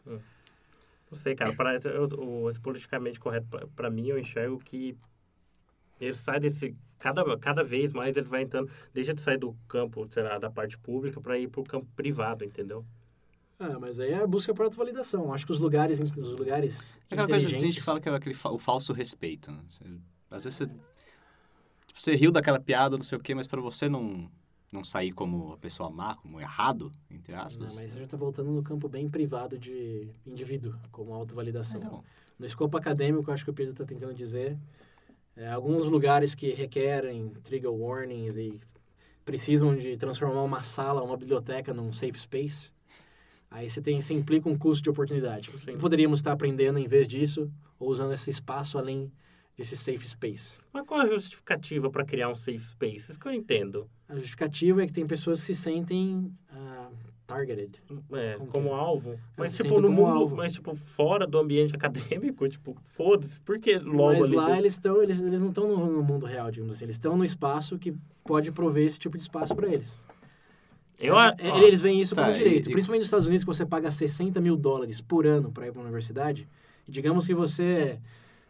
Não sei, cara, pra, eu, o, esse politicamente correto, pra, pra mim, eu enxergo que ele sai desse... Cada, cada vez mais ele vai entrando... Deixa de sair do campo, sei lá, da parte pública para ir pro campo privado, entendeu? Ah, mas aí é a busca por autovalidação. Acho que os lugares, os lugares É aquela coisa que a inteligentes... gente fala que é aquele fa- o falso respeito, né? Você, às vezes você, tipo, você riu daquela piada, não sei o quê, mas pra você não, não sair como a pessoa má, como errado, entre Não, aspas... mas você já está voltando no campo bem privado de indivíduo, como autovalidação. Então, No escopo acadêmico, acho que o Pedro está tentando dizer, é, alguns lugares que requerem trigger warnings e precisam de transformar uma sala, uma biblioteca num safe space, aí você, tem, você implica um custo de oportunidade. O que poderíamos estar aprendendo em vez disso, ou usando esse espaço além desse safe space? Mas qual a justificativa para criar um safe space? Isso que eu entendo. A justificativa é que tem pessoas que se sentem uh, targeted. É, Como como que é? alvo. Mas, se tipo, sentem no como mundo... alvo. Mas, tipo, fora do ambiente acadêmico, tipo, foda-se. Por que logo Mas ali... lá dentro? eles, estão, eles, eles não estão no, no mundo real, digamos assim. Eles estão no espaço que pode prover esse tipo de espaço para eles. Eu, É, ó, é, eles veem isso tá, como direito. e- Principalmente nos Estados Unidos, que você paga sessenta mil dólares por ano para ir para uma universidade. E digamos que você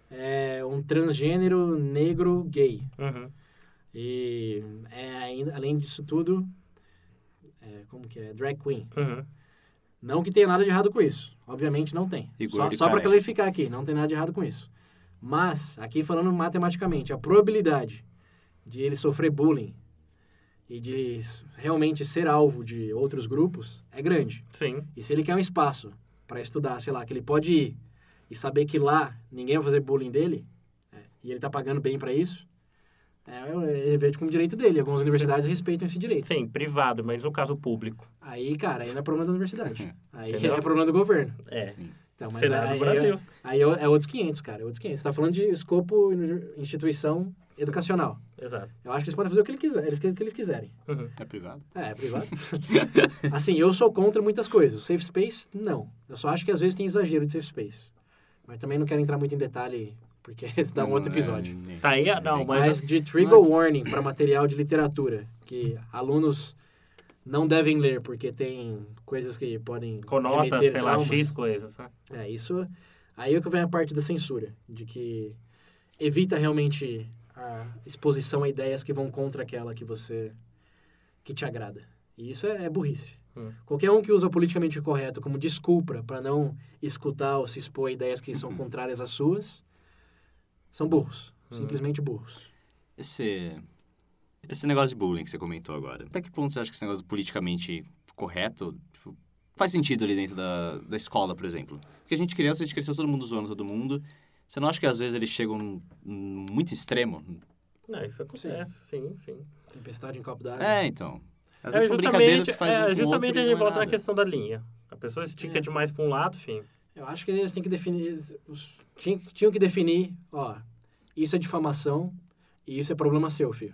é um transgênero negro gay. Uhum. E é, ainda, além disso tudo, é, como que é? Drag queen. Uhum. Não que tenha nada de errado com isso. Obviamente não tem. E Só, gordo e só para careca. clarificar aqui, não tem nada de errado com isso. Mas, aqui falando matematicamente, a probabilidade de ele sofrer bullying e de realmente ser alvo de outros grupos é grande. Sim. E se ele quer um espaço para estudar, sei lá, que ele pode ir e saber que lá ninguém vai fazer bullying dele, é, e ele tá pagando bem para isso, é, ele vê como direito dele. Algumas Sim. universidades respeitam esse direito. Sim, privado, mas no caso público. Aí, cara, aí não é problema da universidade. Aí Entendeu? é problema do governo. É. sim. Então, mas Senado aí, do Brasil. aí é, é outros quinhentos, cara. É outros quinhentos. Você tá falando de escopo instituição educacional. Exato. Eu acho que eles podem fazer o que eles, quiser, eles, o que eles quiserem. Uhum. É privado? É, é privado. Assim, eu sou contra muitas coisas. Safe space, não. Eu só acho que às vezes tem exagero de safe space. Mas também não quero entrar muito em detalhe, porque isso dá um Não, outro é, episódio. nem- Tá aí, não, mas... Mas de trigger Mas- warning para material de literatura, que alunos não devem ler, porque tem coisas que podem Conota, remeter sei lá, traumas. X coisas, né? É, isso... Aí é que vem a parte da censura, de que evita realmente a exposição a ideias que vão contra aquela que você... que te agrada. E isso é, é burrice. Hum. Qualquer um que usa o politicamente correto como desculpa para não escutar ou se expor a ideias que são contrárias às suas, são burros. Hum. Simplesmente burros. Esse, esse negócio de bullying que você comentou agora, até que ponto você acha que esse negócio do politicamente correto tipo, faz sentido ali dentro da, da escola, por exemplo? Porque a gente criança, a gente cresceu todo mundo zoando todo mundo. Você não acha que às vezes eles chegam num, num muito extremo? Não, isso acontece, sim, sim. Tempestade em copo d'água. É, então. Às É vezes são brincadeiras justamente, que faz um é, com o justamente outro a e gente não é volta na nada. questão da linha. A pessoa estica É. demais para um lado, enfim. Eu acho que eles têm que definir... os- Tinham, tinham que definir, ó, isso é difamação e isso é problema seu, filho.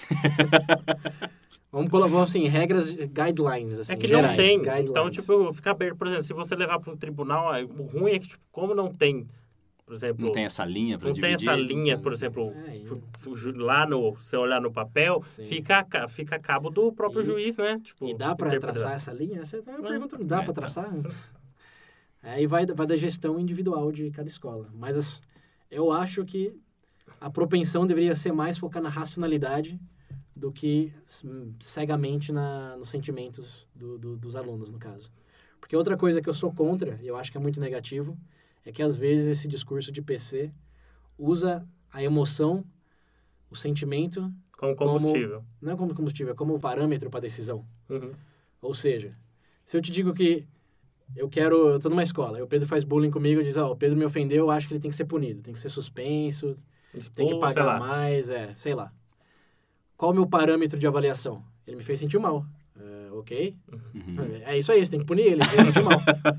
Vamos colocar, assim, regras, guidelines, assim, É que gerais, não tem. guidelines. Então, tipo, fica aberto. Por exemplo, se você levar para um tribunal, ah, o ruim é que, tipo, como não tem, por exemplo... Não tem essa linha pra não tem dividir? essa linha, por exemplo, É, e- fu- fu- ju- lá no... Você olhar no papel, Sim. fica a, ca- fica a cabo do próprio E- juiz, né? Tipo, E dá pra interpretar. traçar essa linha? Essa é uma Não, pergunta, dá é, pra tá. traçar? Aí vai, vai da gestão individual de cada escola. Mas as, eu acho que a propensão deveria ser mais focar na racionalidade do que hum, cegamente na, nos sentimentos do, do, dos alunos, no caso. Porque outra coisa que eu sou contra, e eu acho que é muito negativo, é que às vezes esse discurso de P C usa a emoção, o sentimento... Como combustível. Como, não é como combustível, é como parâmetro para decisão. Uhum. Ou seja, se eu te digo que eu quero... Eu tô numa escola, aí o Pedro faz bullying comigo e diz, ó, oh, o Pedro me ofendeu, eu acho que ele tem que ser punido, tem que ser suspenso, Expulso, tem que pagar sei mais, é, sei lá. Qual o meu parâmetro de avaliação? Ele me fez sentir mal. Uh, ok? Uhum. É isso aí, você tem que punir ele, ele fez sentir mal.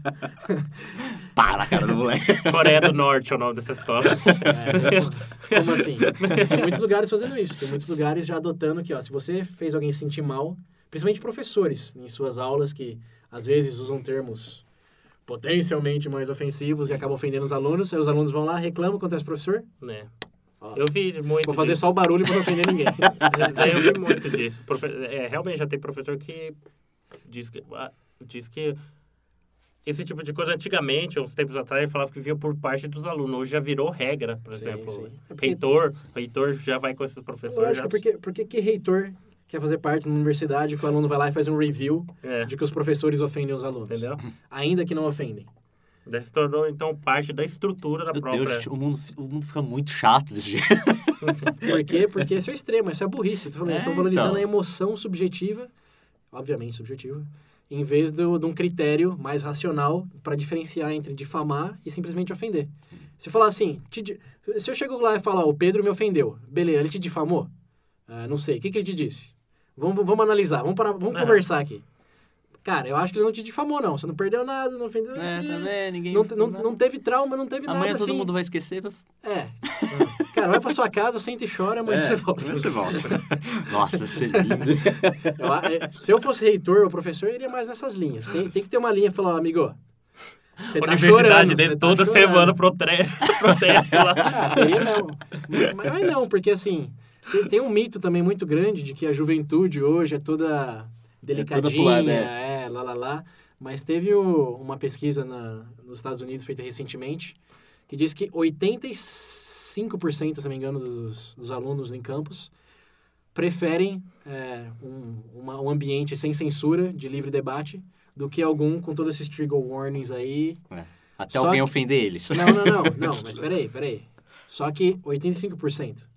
Para a cara do moleque. Coreia do Norte é o nome dessa escola. É, como assim? Tem muitos lugares fazendo isso. Tem muitos lugares já adotando que, ó, se você fez alguém se sentir mal, principalmente professores, em suas aulas, que às vezes usam termos potencialmente mais ofensivos e acabam ofendendo os alunos, aí os alunos vão lá, reclamam contra esse professor. Né? Ó, Eu vi muito vou fazer disso. só o barulho para não ofender ninguém. Esse daí eu vi muito disso. Profe... É, realmente já tem professor que diz que, ah, diz que esse tipo de coisa antigamente, uns tempos atrás, falava que vinha por parte dos alunos. Hoje já virou regra, por Sim, exemplo. sim. É porque- Reitor, reitor já vai com esses professores. Lógico, já... porque, porque que reitor quer fazer parte de uma universidade que o aluno vai lá e faz um review É, de que os professores ofendem os alunos? entendeu? Ainda que não ofendem. Já se tornou, então, parte da estrutura da Meu própria... Deus, gente, o mundo, o mundo fica muito chato desse jeito. Por quê? Porque esse é o extremo, essa é a burrice. Tô falando, Eles É, estão valorizando então. a emoção subjetiva, obviamente subjetiva, em vez do, de um critério mais racional para diferenciar entre difamar e simplesmente ofender. Se falar assim, te di- se eu chego lá e falar, o Pedro me ofendeu, beleza, ele te difamou? Ah, não sei, o que, que ele te disse? Vamos, vamos analisar, vamos, parar, vamos Aham. conversar aqui. Cara, eu acho que ele não te difamou, não. Você não perdeu nada, não ofendeu. É, tá vendo? Ninguém... Não, não, não teve trauma, não teve Amanhã nada todo assim. mundo vai esquecer. Vai... É. Cara, vai pra sua casa, senta e chora, amanhã você volta. amanhã você volta. Nossa, você é lindo. Eu, é, se eu fosse reitor ou professor, eu iria mais nessas linhas. Tem, tem que ter uma linha e falar, ó, amigo, você A tá universidade chorando. dele você tá toda chorando. semana protre... protesta lá. Ah, teria mesmo. Mas, mas não, porque assim, tem, tem um mito também muito grande de que a juventude hoje é toda delicadinha, pro lado, né? é, lá, lá, lá. Mas teve o- uma pesquisa na, nos Estados Unidos feita recentemente que diz que oitenta e cinco por cento, se não me engano, dos, dos alunos em campus preferem é, um, uma- um ambiente sem censura, de livre debate, do que algum com todos esses trigger warnings aí. Até Só alguém que- ofender eles. Não, não, não, não, mas peraí, peraí. Só que oitenta e cinco por cento.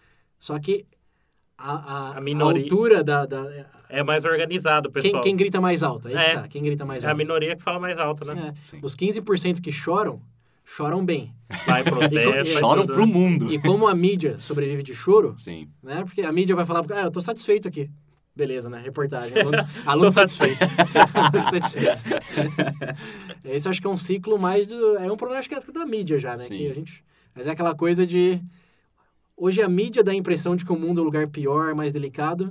Só que a, a, A minoria- a altura da... da É mais organizado, quem, pessoal. quem grita mais alto? Aí que É. tá, quem grita mais É a alto? minoria que fala mais alto, né? É. Sim. Os quinze por cento que choram, choram bem. Vai protesto. vai Choram tudo. pro mundo. E como a mídia sobrevive de choro, Sim. né? Porque a mídia vai falar, ah, eu tô satisfeito aqui. Beleza, né? Reportagem. Alunos, alunos Tô satisfeitos. Alunos satisfeitos. Esse eu acho que é um ciclo mais do... É um problema, acho que é da mídia já, né? Sim. Que a gente, mas é aquela coisa de... Hoje a mídia dá a impressão de que o mundo é um lugar pior, mais delicado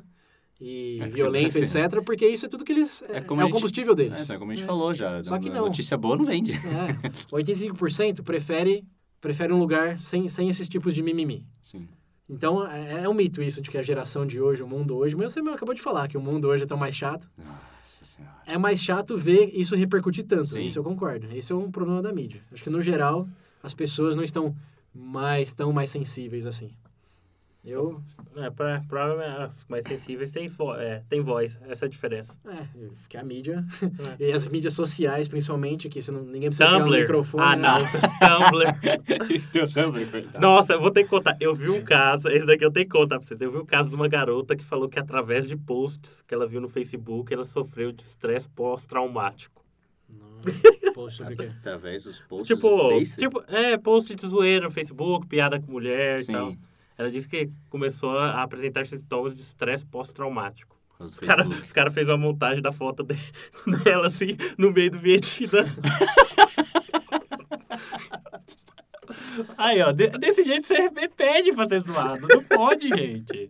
e É, porque violento, parece- etcétera. Porque isso é tudo que eles... É, É como é a o gente- combustível deles. É, como a gente É. falou já. Só que a não. Notícia boa não vende. É. oitenta e cinco por cento prefere, prefere um lugar sem, sem esses tipos de mimimi. Sim. Então, é, é um mito isso de que a geração de hoje, o mundo hoje... Mas você mesmo acabou de falar que o mundo hoje é tão mais chato. Nossa Senhora. É mais chato ver isso repercutir tanto. Sim. Isso eu concordo. Esse é um problema da mídia. Acho que, no geral, as pessoas não estão mais, tão mais sensíveis assim. Eu... É, pra, provavelmente as mais sensíveis têm, vo- é, tem voz. Essa é a diferença. É, que a mídia... e as mídias sociais, principalmente, que você não, ninguém precisa tirar um Tumblr. microfone. Ah, né? não. Tumblr. Teu Tumblr, coitado. Nossa, eu vou ter que contar. Eu vi um caso, esse daqui eu tenho que contar pra vocês. Eu vi um caso de uma garota que falou que através de posts que ela viu no Facebook, ela sofreu de estresse pós-traumático. Não, poxa, sobre o quê? Através dos posts Tipo, do Face. tipo, é, post de zoeira no Facebook, piada com mulher Sim. e tal. Ela disse que começou a apresentar sintomas de estresse pós-traumático. por causa do Os caras Facebook. cara fez uma montagem da foto de- dela, assim, no meio do Vietnã. Aí, ó, de- desse jeito você pede pra ser zoado. Não pode, gente.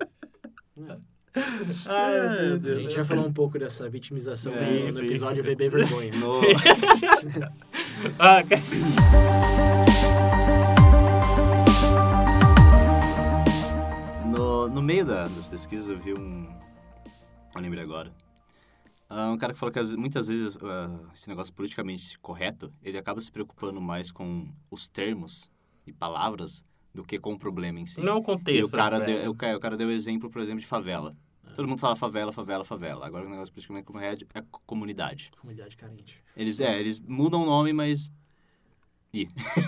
Ai, meu A Deus. gente já falou um pouco dessa vitimização Sim, no, no sim. episódio V B Vergonha. No... Ah, cara. No, no meio da- das pesquisas eu vi um... Eu lembrei agora. Uh, um cara que falou que as- muitas vezes uh, esse negócio politicamente correto, ele acaba se preocupando mais com os termos e palavras do que com o problema em si. Não é o E contexto. o cara, velho. deu, o, ca- o cara deu exemplo, por exemplo, de favela. Todo mundo fala favela, favela, favela. Agora o negócio politicamente correto é co- comunidade. Comunidade carente. Eles, é, eles mudam o nome, mas... Ih.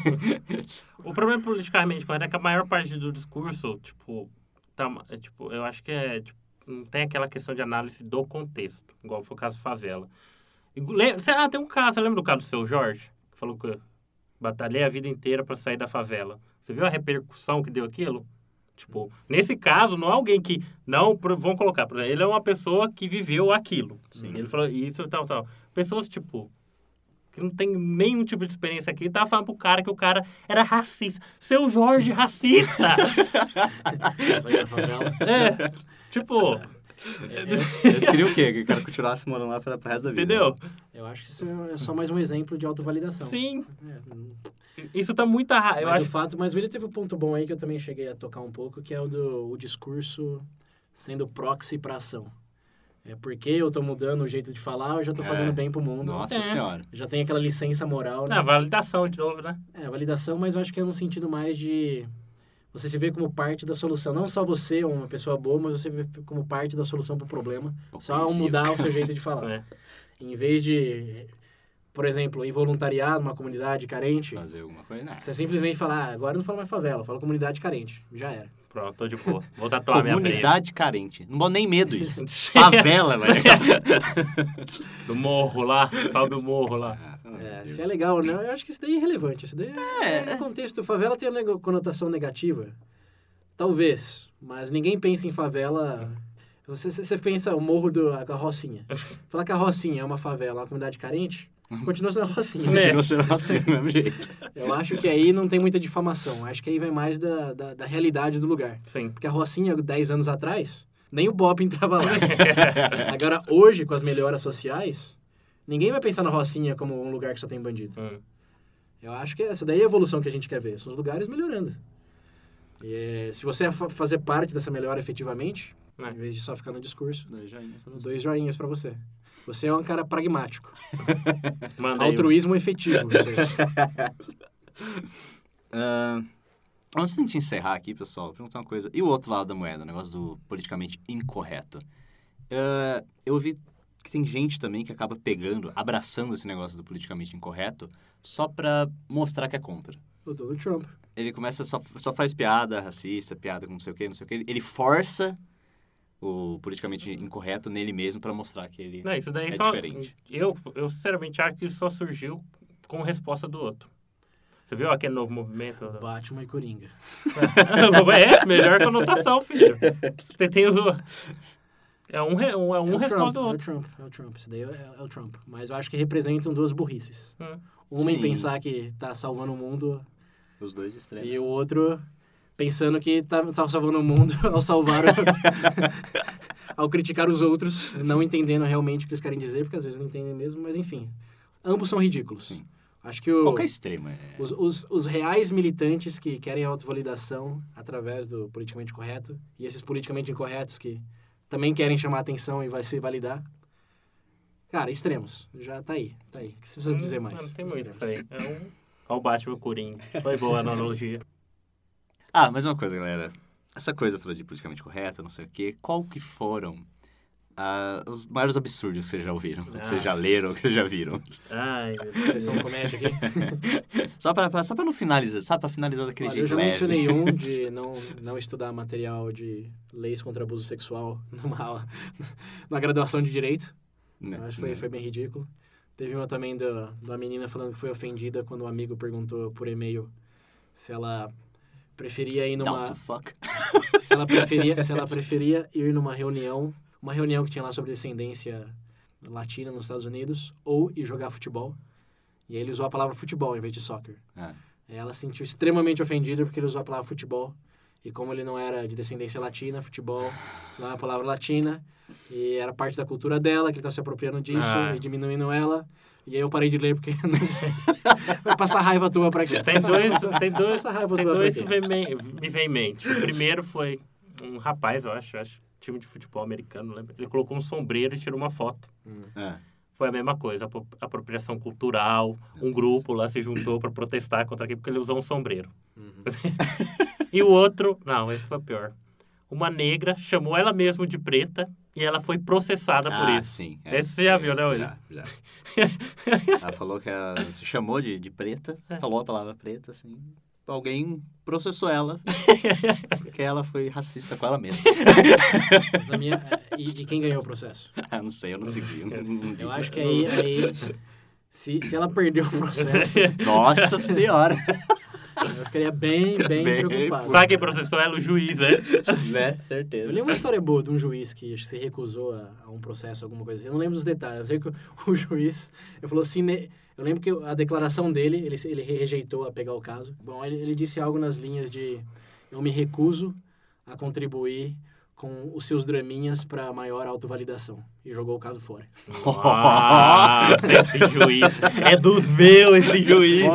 O problema politicamente correto é que a maior parte do discurso, tipo, tá, é, tipo eu acho que é, tipo, não tem aquela questão de análise do contexto, igual foi o caso favela. E, lembra, cê- ah, tem um caso, você lembra do caso do seu Jorge? Que falou que batalhei a vida inteira para sair da favela. Você viu a repercussão que deu aquilo? Tipo, nesse caso, não é alguém que... Não, pro- vamos colocar, por exemplo, ele é uma pessoa que viveu aquilo. Sim. Ele falou isso, tal, tal. Pessoas, tipo... que não tem nenhum tipo de experiência aqui, tava falando pro cara que o cara era racista. Seu Jorge, racista! Sair da favela. É, tipo, Eles queriam o quê? Que o cara continuasse morando lá para o resto da vida. entendeu? Eu acho que isso é só mais um exemplo de autovalidação. Sim, É, hum, isso tá muito errado. Eu mas acho o fato, mas o William teve um ponto bom aí que eu também cheguei a tocar um pouco, que é o do o discurso sendo proxy para ação. É porque eu tô mudando o jeito de falar, eu já tô É. fazendo bem pro mundo. Nossa É. senhora. Já tem aquela licença moral, né? Ah, validação de novo, né? É, validação, mas eu acho que é no sentido mais de você se vê como parte da solução. Não só você é uma pessoa boa, mas você vê como parte da solução pro problema. Só ao Compreensivo. mudar o seu jeito de falar. É. Em vez de, por exemplo, ir voluntariar numa comunidade carente, Fazer alguma coisa, né? você simplesmente fala, ah, agora eu não falo mais favela, eu falo comunidade carente. Já era. Pronto, tô de boa. Vou tatuar minha breja. Comunidade carente. Não boto nem medo isso. Favela, velho. Do morro lá, sobe o morro lá. Ah, pelo amor É, de se Deus. é legal ou não, eu acho que isso daí é irrelevante. Isso daí é, no contexto. Favela tem uma nego- conotação negativa. Talvez. Mas ninguém pensa em favela... Você, você você pensa o morro do, a Rocinha. Falar que a Rocinha é uma favela, uma comunidade carente, continua sendo a Rocinha. É. Continua sendo assim do mesmo jeito. Eu acho que aí não tem muita difamação. Acho que aí vai mais da, da, da realidade do lugar. Sim. Porque a Rocinha, dez anos atrás, nem o Bop entrava lá. Agora, hoje, com as melhoras sociais, ninguém vai pensar na Rocinha como um lugar que só tem bandido. Hum. Eu acho que essa daí é a evolução que a gente quer ver. São os lugares melhorando. E, é, se você fa- fazer parte dessa melhora efetivamente, É. em vez de só ficar no discurso, Dois joinhas pra você. dois joinhas pra você. Você é um cara pragmático. Manda aí. Altruísmo efetivo. Você. Ah, antes de a gente encerrar aqui, pessoal, vou perguntar uma coisa. E o outro lado da moeda, o negócio do politicamente incorreto? Ah, eu ouvi que tem gente também que acaba pegando, abraçando esse negócio do politicamente incorreto só pra mostrar que é contra. O Donald Trump. Ele começa, só, só faz piada racista, piada com não sei o que, não sei o que. Ele força o politicamente incorreto nele mesmo pra mostrar que ele Não, isso daí é só... diferente. Eu, eu sinceramente acho que isso só surgiu como resposta do outro. Você viu aquele novo movimento? Batman e Coringa. É, melhor conotação, filho. Você tem os... É um, re- um, é um é o resposta Trump, do outro. É o Trump, é o Trump. Isso daí é, é o Trump. Mas eu acho que representam duas burrices. Hum. Uma em Sim. pensar que tá salvando o mundo Os dois extremos. e o outro pensando que tá, tá salvando o mundo ao salvar... o- ao criticar os outros, não entendendo realmente o que eles querem dizer, porque às vezes não entendem mesmo, mas enfim. Ambos são ridículos. Sim. Acho que o... Qualquer extremo é... Os, os, os reais militantes que querem a autovalidação através do politicamente correto e esses politicamente incorretos que também querem chamar a atenção e vai se validar. Cara, extremos. Já tá aí. Tá aí. O que você precisa dizer mais? Não, não tem muito Extremos. isso aí. É um... Olha o Batman Coringa. Foi boa a analogia. Ah, mais uma coisa, galera. Essa coisa toda de politicamente correta, não sei o quê, qual que foram ah, os maiores absurdos que vocês já ouviram? Que vocês já Ah. leram, que vocês já viram? Ai, meu Deus. Vocês são comédia aqui? Só pra, pra- só pra não finalizar, sabe? Pra finalizar daquele Olha, eu jeito já leve. mencionei um de não, não estudar material de leis contra abuso sexual numa aula, na graduação de Direito. Né, Eu acho que foi, né. foi bem ridículo. Teve uma também da, de uma menina falando que foi ofendida quando um amigo perguntou por e-mail se ela preferia ir Down numa... to fuck. se ela preferia, se ela preferia ir numa reunião, uma reunião que tinha lá sobre descendência latina nos Estados Unidos, ou ir jogar futebol. E aí ele usou a palavra futebol em vez de soccer. Ah, Aí ela se sentiu extremamente ofendida porque ele usou a palavra futebol. E como ele não era de descendência latina, futebol não é uma palavra latina. E era parte da cultura dela, que ele tá se apropriando disso Ah. e diminuindo ela. E aí eu parei de ler porque não... vai passar raiva tua pra quê? Tem dois, tem dois, Passa raiva tem tua dois pra que quê? vem me, me vem em mente. O primeiro foi um rapaz, eu acho, eu acho. time de futebol americano, lembra? Ele colocou um sombreiro e tirou uma foto. Hum. É. Foi a mesma coisa, apro- apropriação cultural. Um grupo lá se juntou para protestar contra aquilo porque ele usou um sombreiro. Uhum. E o outro, não, esse foi pior. Uma negra chamou ela mesma de preta e ela foi processada por Ah, isso. sim. É, Esse você já sim, viu, né, William? Já, já. Ela falou que ela se chamou de, de preta, falou a palavra preta, assim. Alguém processou ela, porque ela foi racista com ela mesma. Mas a minha, é, e, e quem ganhou o processo? Ah, não sei, eu não segui. Eu, não- não vi. Eu acho que aí, aí se, se ela perdeu o processo, Nossa senhora! eu ficaria bem, bem, Bem, preocupado. Sabe quem processou ela? O juiz, né? Né? Eu Certeza. li uma história boa de um juiz que acho que se recusou a, a um processo, alguma coisa assim. Eu não lembro dos detalhes. Eu sei que o, o juiz ele falou assim... Ne, eu lembro que a declaração dele, ele, ele rejeitou a pegar o caso. Bom, ele, ele disse algo nas linhas de... Eu me recuso a contribuir com os seus draminhas para maior autovalidação. E jogou o caso fora. Nossa, esse juiz. É dos meus, esse juiz.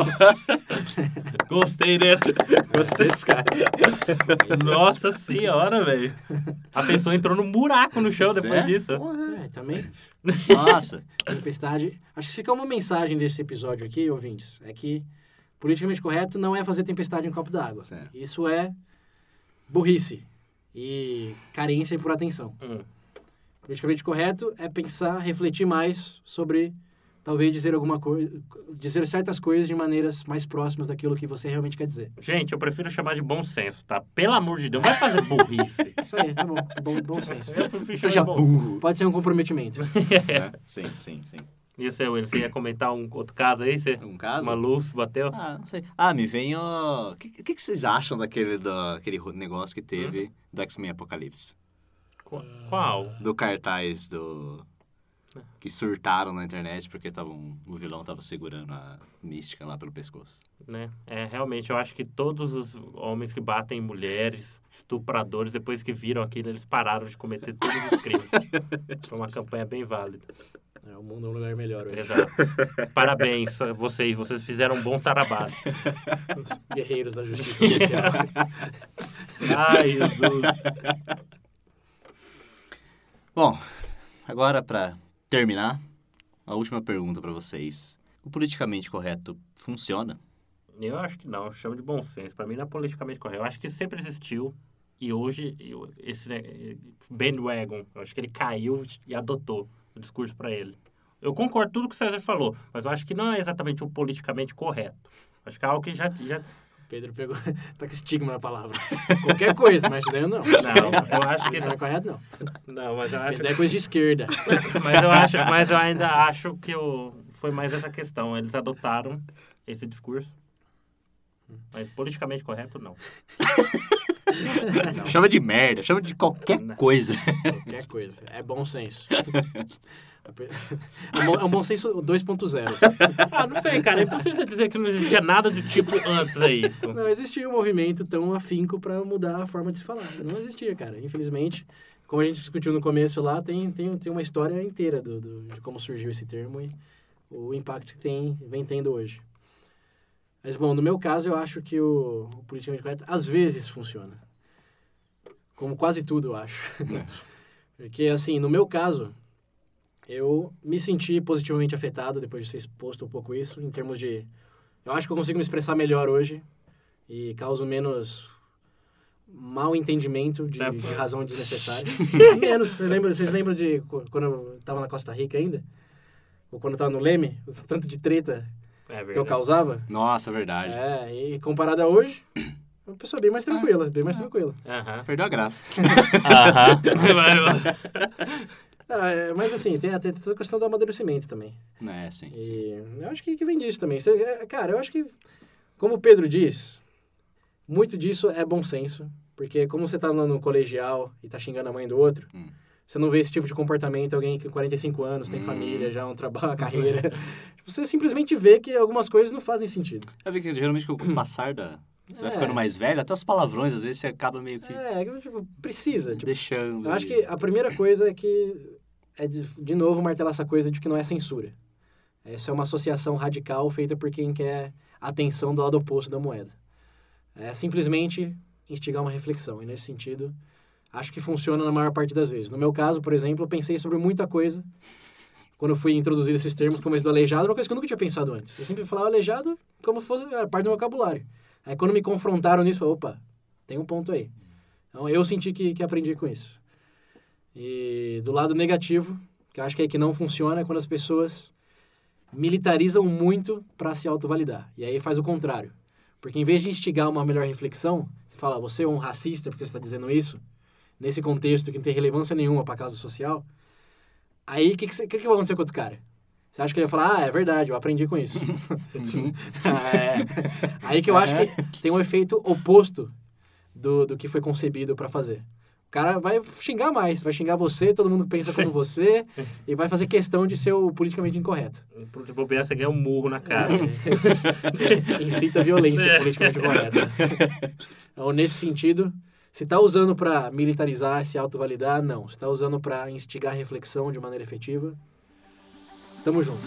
Gostei dele. Gostei desse cara. Nossa senhora, velho. A pessoa entrou num buraco no chão depois É? disso. É, também... Nossa. Tempestade. Acho que fica uma mensagem desse episódio aqui, ouvintes. É que politicamente correto não é fazer tempestade em copo d'água. Certo. Isso é burrice e carência por atenção. Hum. Politicamente correto é pensar, refletir mais sobre talvez dizer alguma coisa, dizer certas coisas de maneiras mais próximas daquilo que você realmente quer dizer. Gente, eu prefiro chamar de bom senso, tá? Pelo amor de Deus, não vai fazer burrice. Isso aí, tá bom. Bom, bom senso. Eu prefiro chamar Seja de bom burro. Pode ser um comprometimento. É, sim, sim, sim. E você, Will, você ia comentar um outro caso aí? Você... Um caso? Uma luz bateu? Ah, não sei. Ah, me vem o... O que, que, que vocês acham daquele, do, aquele negócio que teve Hum? do X-Men Apocalipse? Qu- Qual? Do cartaz do... Que surtaram na internet porque tavam, o vilão tava segurando a mística lá pelo pescoço. Né? É, realmente, eu acho que todos os homens que batem em mulheres, estupradores, depois que viram aquilo, eles pararam de cometer todos os crimes. Foi uma campanha bem válida. É, o mundo é um lugar melhor hoje. Exato. Parabéns a vocês, vocês fizeram um bom trabalho. Os guerreiros da justiça social. Ai, Jesus. Bom, agora pra terminar, a última pergunta pra vocês. O politicamente correto funciona? Eu acho que não, eu chamo de bom senso. Pra mim não é politicamente correto. Eu acho que sempre existiu e hoje eu, esse né, bandwagon, eu acho que ele caiu e adotou o discurso pra ele. Eu concordo com tudo que o César falou, mas eu acho que não é exatamente o politicamente correto. Acho que é algo que já... já... Pedro pegou... tá com estigma na palavra. Qualquer coisa, mas isso daí eu não. Não, eu acho que Isso não é correto, não. Não, mas eu acho... Isso daí é coisa de esquerda. Mas eu, acho, mas eu ainda acho que eu, foi mais essa questão. Eles adotaram esse discurso. Mas politicamente correto, não. Não. Chama de merda, chama de qualquer Não. coisa. Qualquer coisa. É bom senso. É um bom, é um bom senso dois ponto zero. Ah, não sei, cara. É impossível dizer que não existia nada do tipo antes a isso. Não existia um movimento tão afinco para mudar a forma de se falar. Não existia, cara. Infelizmente, como a gente discutiu no começo lá, tem, tem, tem uma história inteira do, do, de como surgiu esse termo e o impacto que tem, vem tendo hoje. Mas, bom, no meu caso, eu acho que o, o politicamente correto às vezes funciona. Como quase tudo, eu acho. Porque, assim, no meu caso, eu me senti positivamente afetado depois de ser exposto um pouco isso, em termos de... Eu acho que eu consigo me expressar melhor hoje e causo menos mal entendimento de, É. de razão desnecessária. Menos. Vocês lembram, vocês lembram de qu- quando eu estava na Costa Rica ainda? Ou quando eu estava no Leme? O tanto de treta É que eu verdade. causava? Nossa, verdade. É, e comparado a hoje, é uma pessoa bem mais tranquila, bem mais tranquila. Aham. Perdeu a graça. Aham. Ah, é, mas assim, tem até toda a questão do amadurecimento também. É, sim. sim. E eu acho que, que vem disso também. Você, é, cara, eu acho que, como o Pedro diz, muito disso é bom senso. Porque como você tá no, no colegial e tá xingando a mãe do outro, Hum. você não vê esse tipo de comportamento, alguém com quarenta e cinco anos, tem Hum. família, já um trabalho, carreira. Você simplesmente vê que algumas coisas não fazem sentido. Eu vi que geralmente com o passar da... Você vai É. ficando mais velho, até os palavrões, às vezes, você acaba meio que É, tipo, precisa. Tipo, deixando. eu acho ali. que a primeira coisa é que é, de, de novo, martelar essa coisa de que não é censura. Essa é uma associação radical feita por quem quer a atenção do lado oposto da moeda. É simplesmente instigar uma reflexão. E, nesse sentido, acho que funciona na maior parte das vezes. No meu caso, por exemplo, eu pensei sobre muita coisa quando eu fui introduzir esses termos no começo do aleijado, uma coisa que eu nunca tinha pensado antes. Eu sempre falava aleijado como se fosse a parte do meu vocabulário. Aí quando me confrontaram nisso, eu falei, opa, tem um ponto aí. Então eu senti que, que aprendi com isso. E do lado negativo, que eu acho que é que não funciona, é quando as pessoas militarizam muito para se autovalidar. E aí faz o contrário. Porque em vez de instigar uma melhor reflexão, você fala, você é um racista porque você está dizendo isso, nesse contexto que não tem relevância nenhuma para a causa social, aí o que, que, que, que vai acontecer com outro cara? Você acha que ele vai falar, ah, é verdade, eu aprendi com isso. é. Aí que eu acho que tem um efeito oposto do, do que foi concebido para fazer. O cara vai xingar mais, vai xingar você, todo mundo pensa como você, e vai fazer questão de ser o politicamente incorreto. Por bobear, você ganha um murro na cara. É. Incita a violência é. politicamente correta. Então, nesse sentido, se está usando para militarizar, se autovalidar, não. Se está usando para instigar a reflexão de maneira efetiva, tamo junto.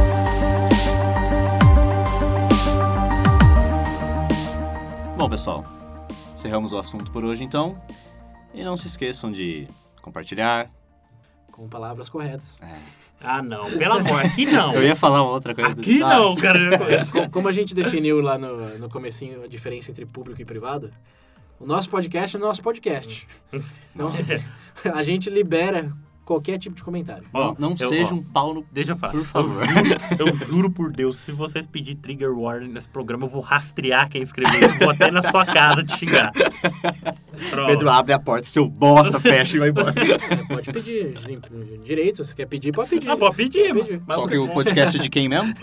Bom, pessoal, encerramos o assunto por hoje, então. E não se esqueçam de compartilhar. Com palavras corretas. É. Ah, não. Pelo amor, aqui não. Eu ia falar uma outra coisa. Aqui ah, não, cara. Como, como a gente definiu lá no, no comecinho a diferença entre público e privado, o nosso podcast é o nosso podcast. Então, se, a gente libera qualquer tipo de comentário. Ó, não eu, seja ó, um pau no... Deixa eu falar. Por favor. Eu juro, eu juro por Deus, se vocês pedir trigger warning nesse programa, eu vou rastrear quem escreveu isso. Vou até na sua casa te xingar. Pronto. Pedro, abre a porta, seu bosta, fecha e vai embora. É, pode pedir. Direito, se quer pedir, pode pedir. Ah, pode pedir. Pode pedir. Só que o podcast é de quem mesmo?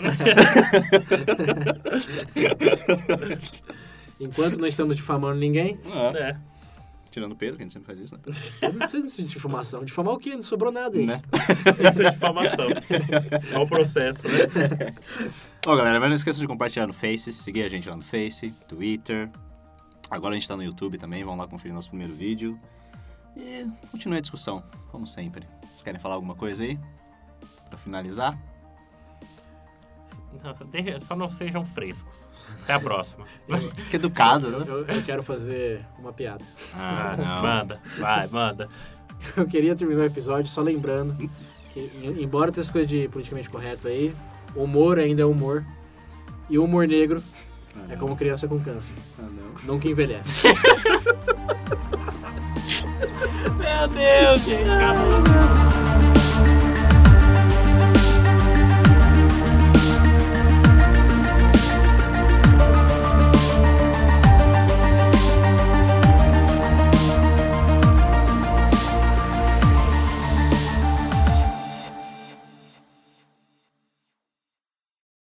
Enquanto não estamos difamando ninguém... É. É. Tirando o Pedro, que a gente sempre faz isso, né? Não precisa de difamação. Difamar o quê? Não sobrou nada aí. Né? Isso é difamação. É o processo, né? Bom, galera, mas não esqueça de compartilhar no Face, seguir a gente lá no Face, Twitter. Agora a gente tá no YouTube também, vamos lá conferir nosso primeiro vídeo. E continue a discussão, como sempre. Vocês querem falar alguma coisa aí? Pra finalizar? Não, só não sejam frescos. Até a próxima. Que educado, né? Eu, eu quero fazer uma piada. Ah, não. Manda, vai, manda. Eu queria terminar o episódio só lembrando que, embora tenha essa coisa de politicamente correto aí, humor ainda é humor. E o humor negro ah, é como criança com câncer. Ah, não. Nunca envelhece. Meu Deus, gente. Acabou.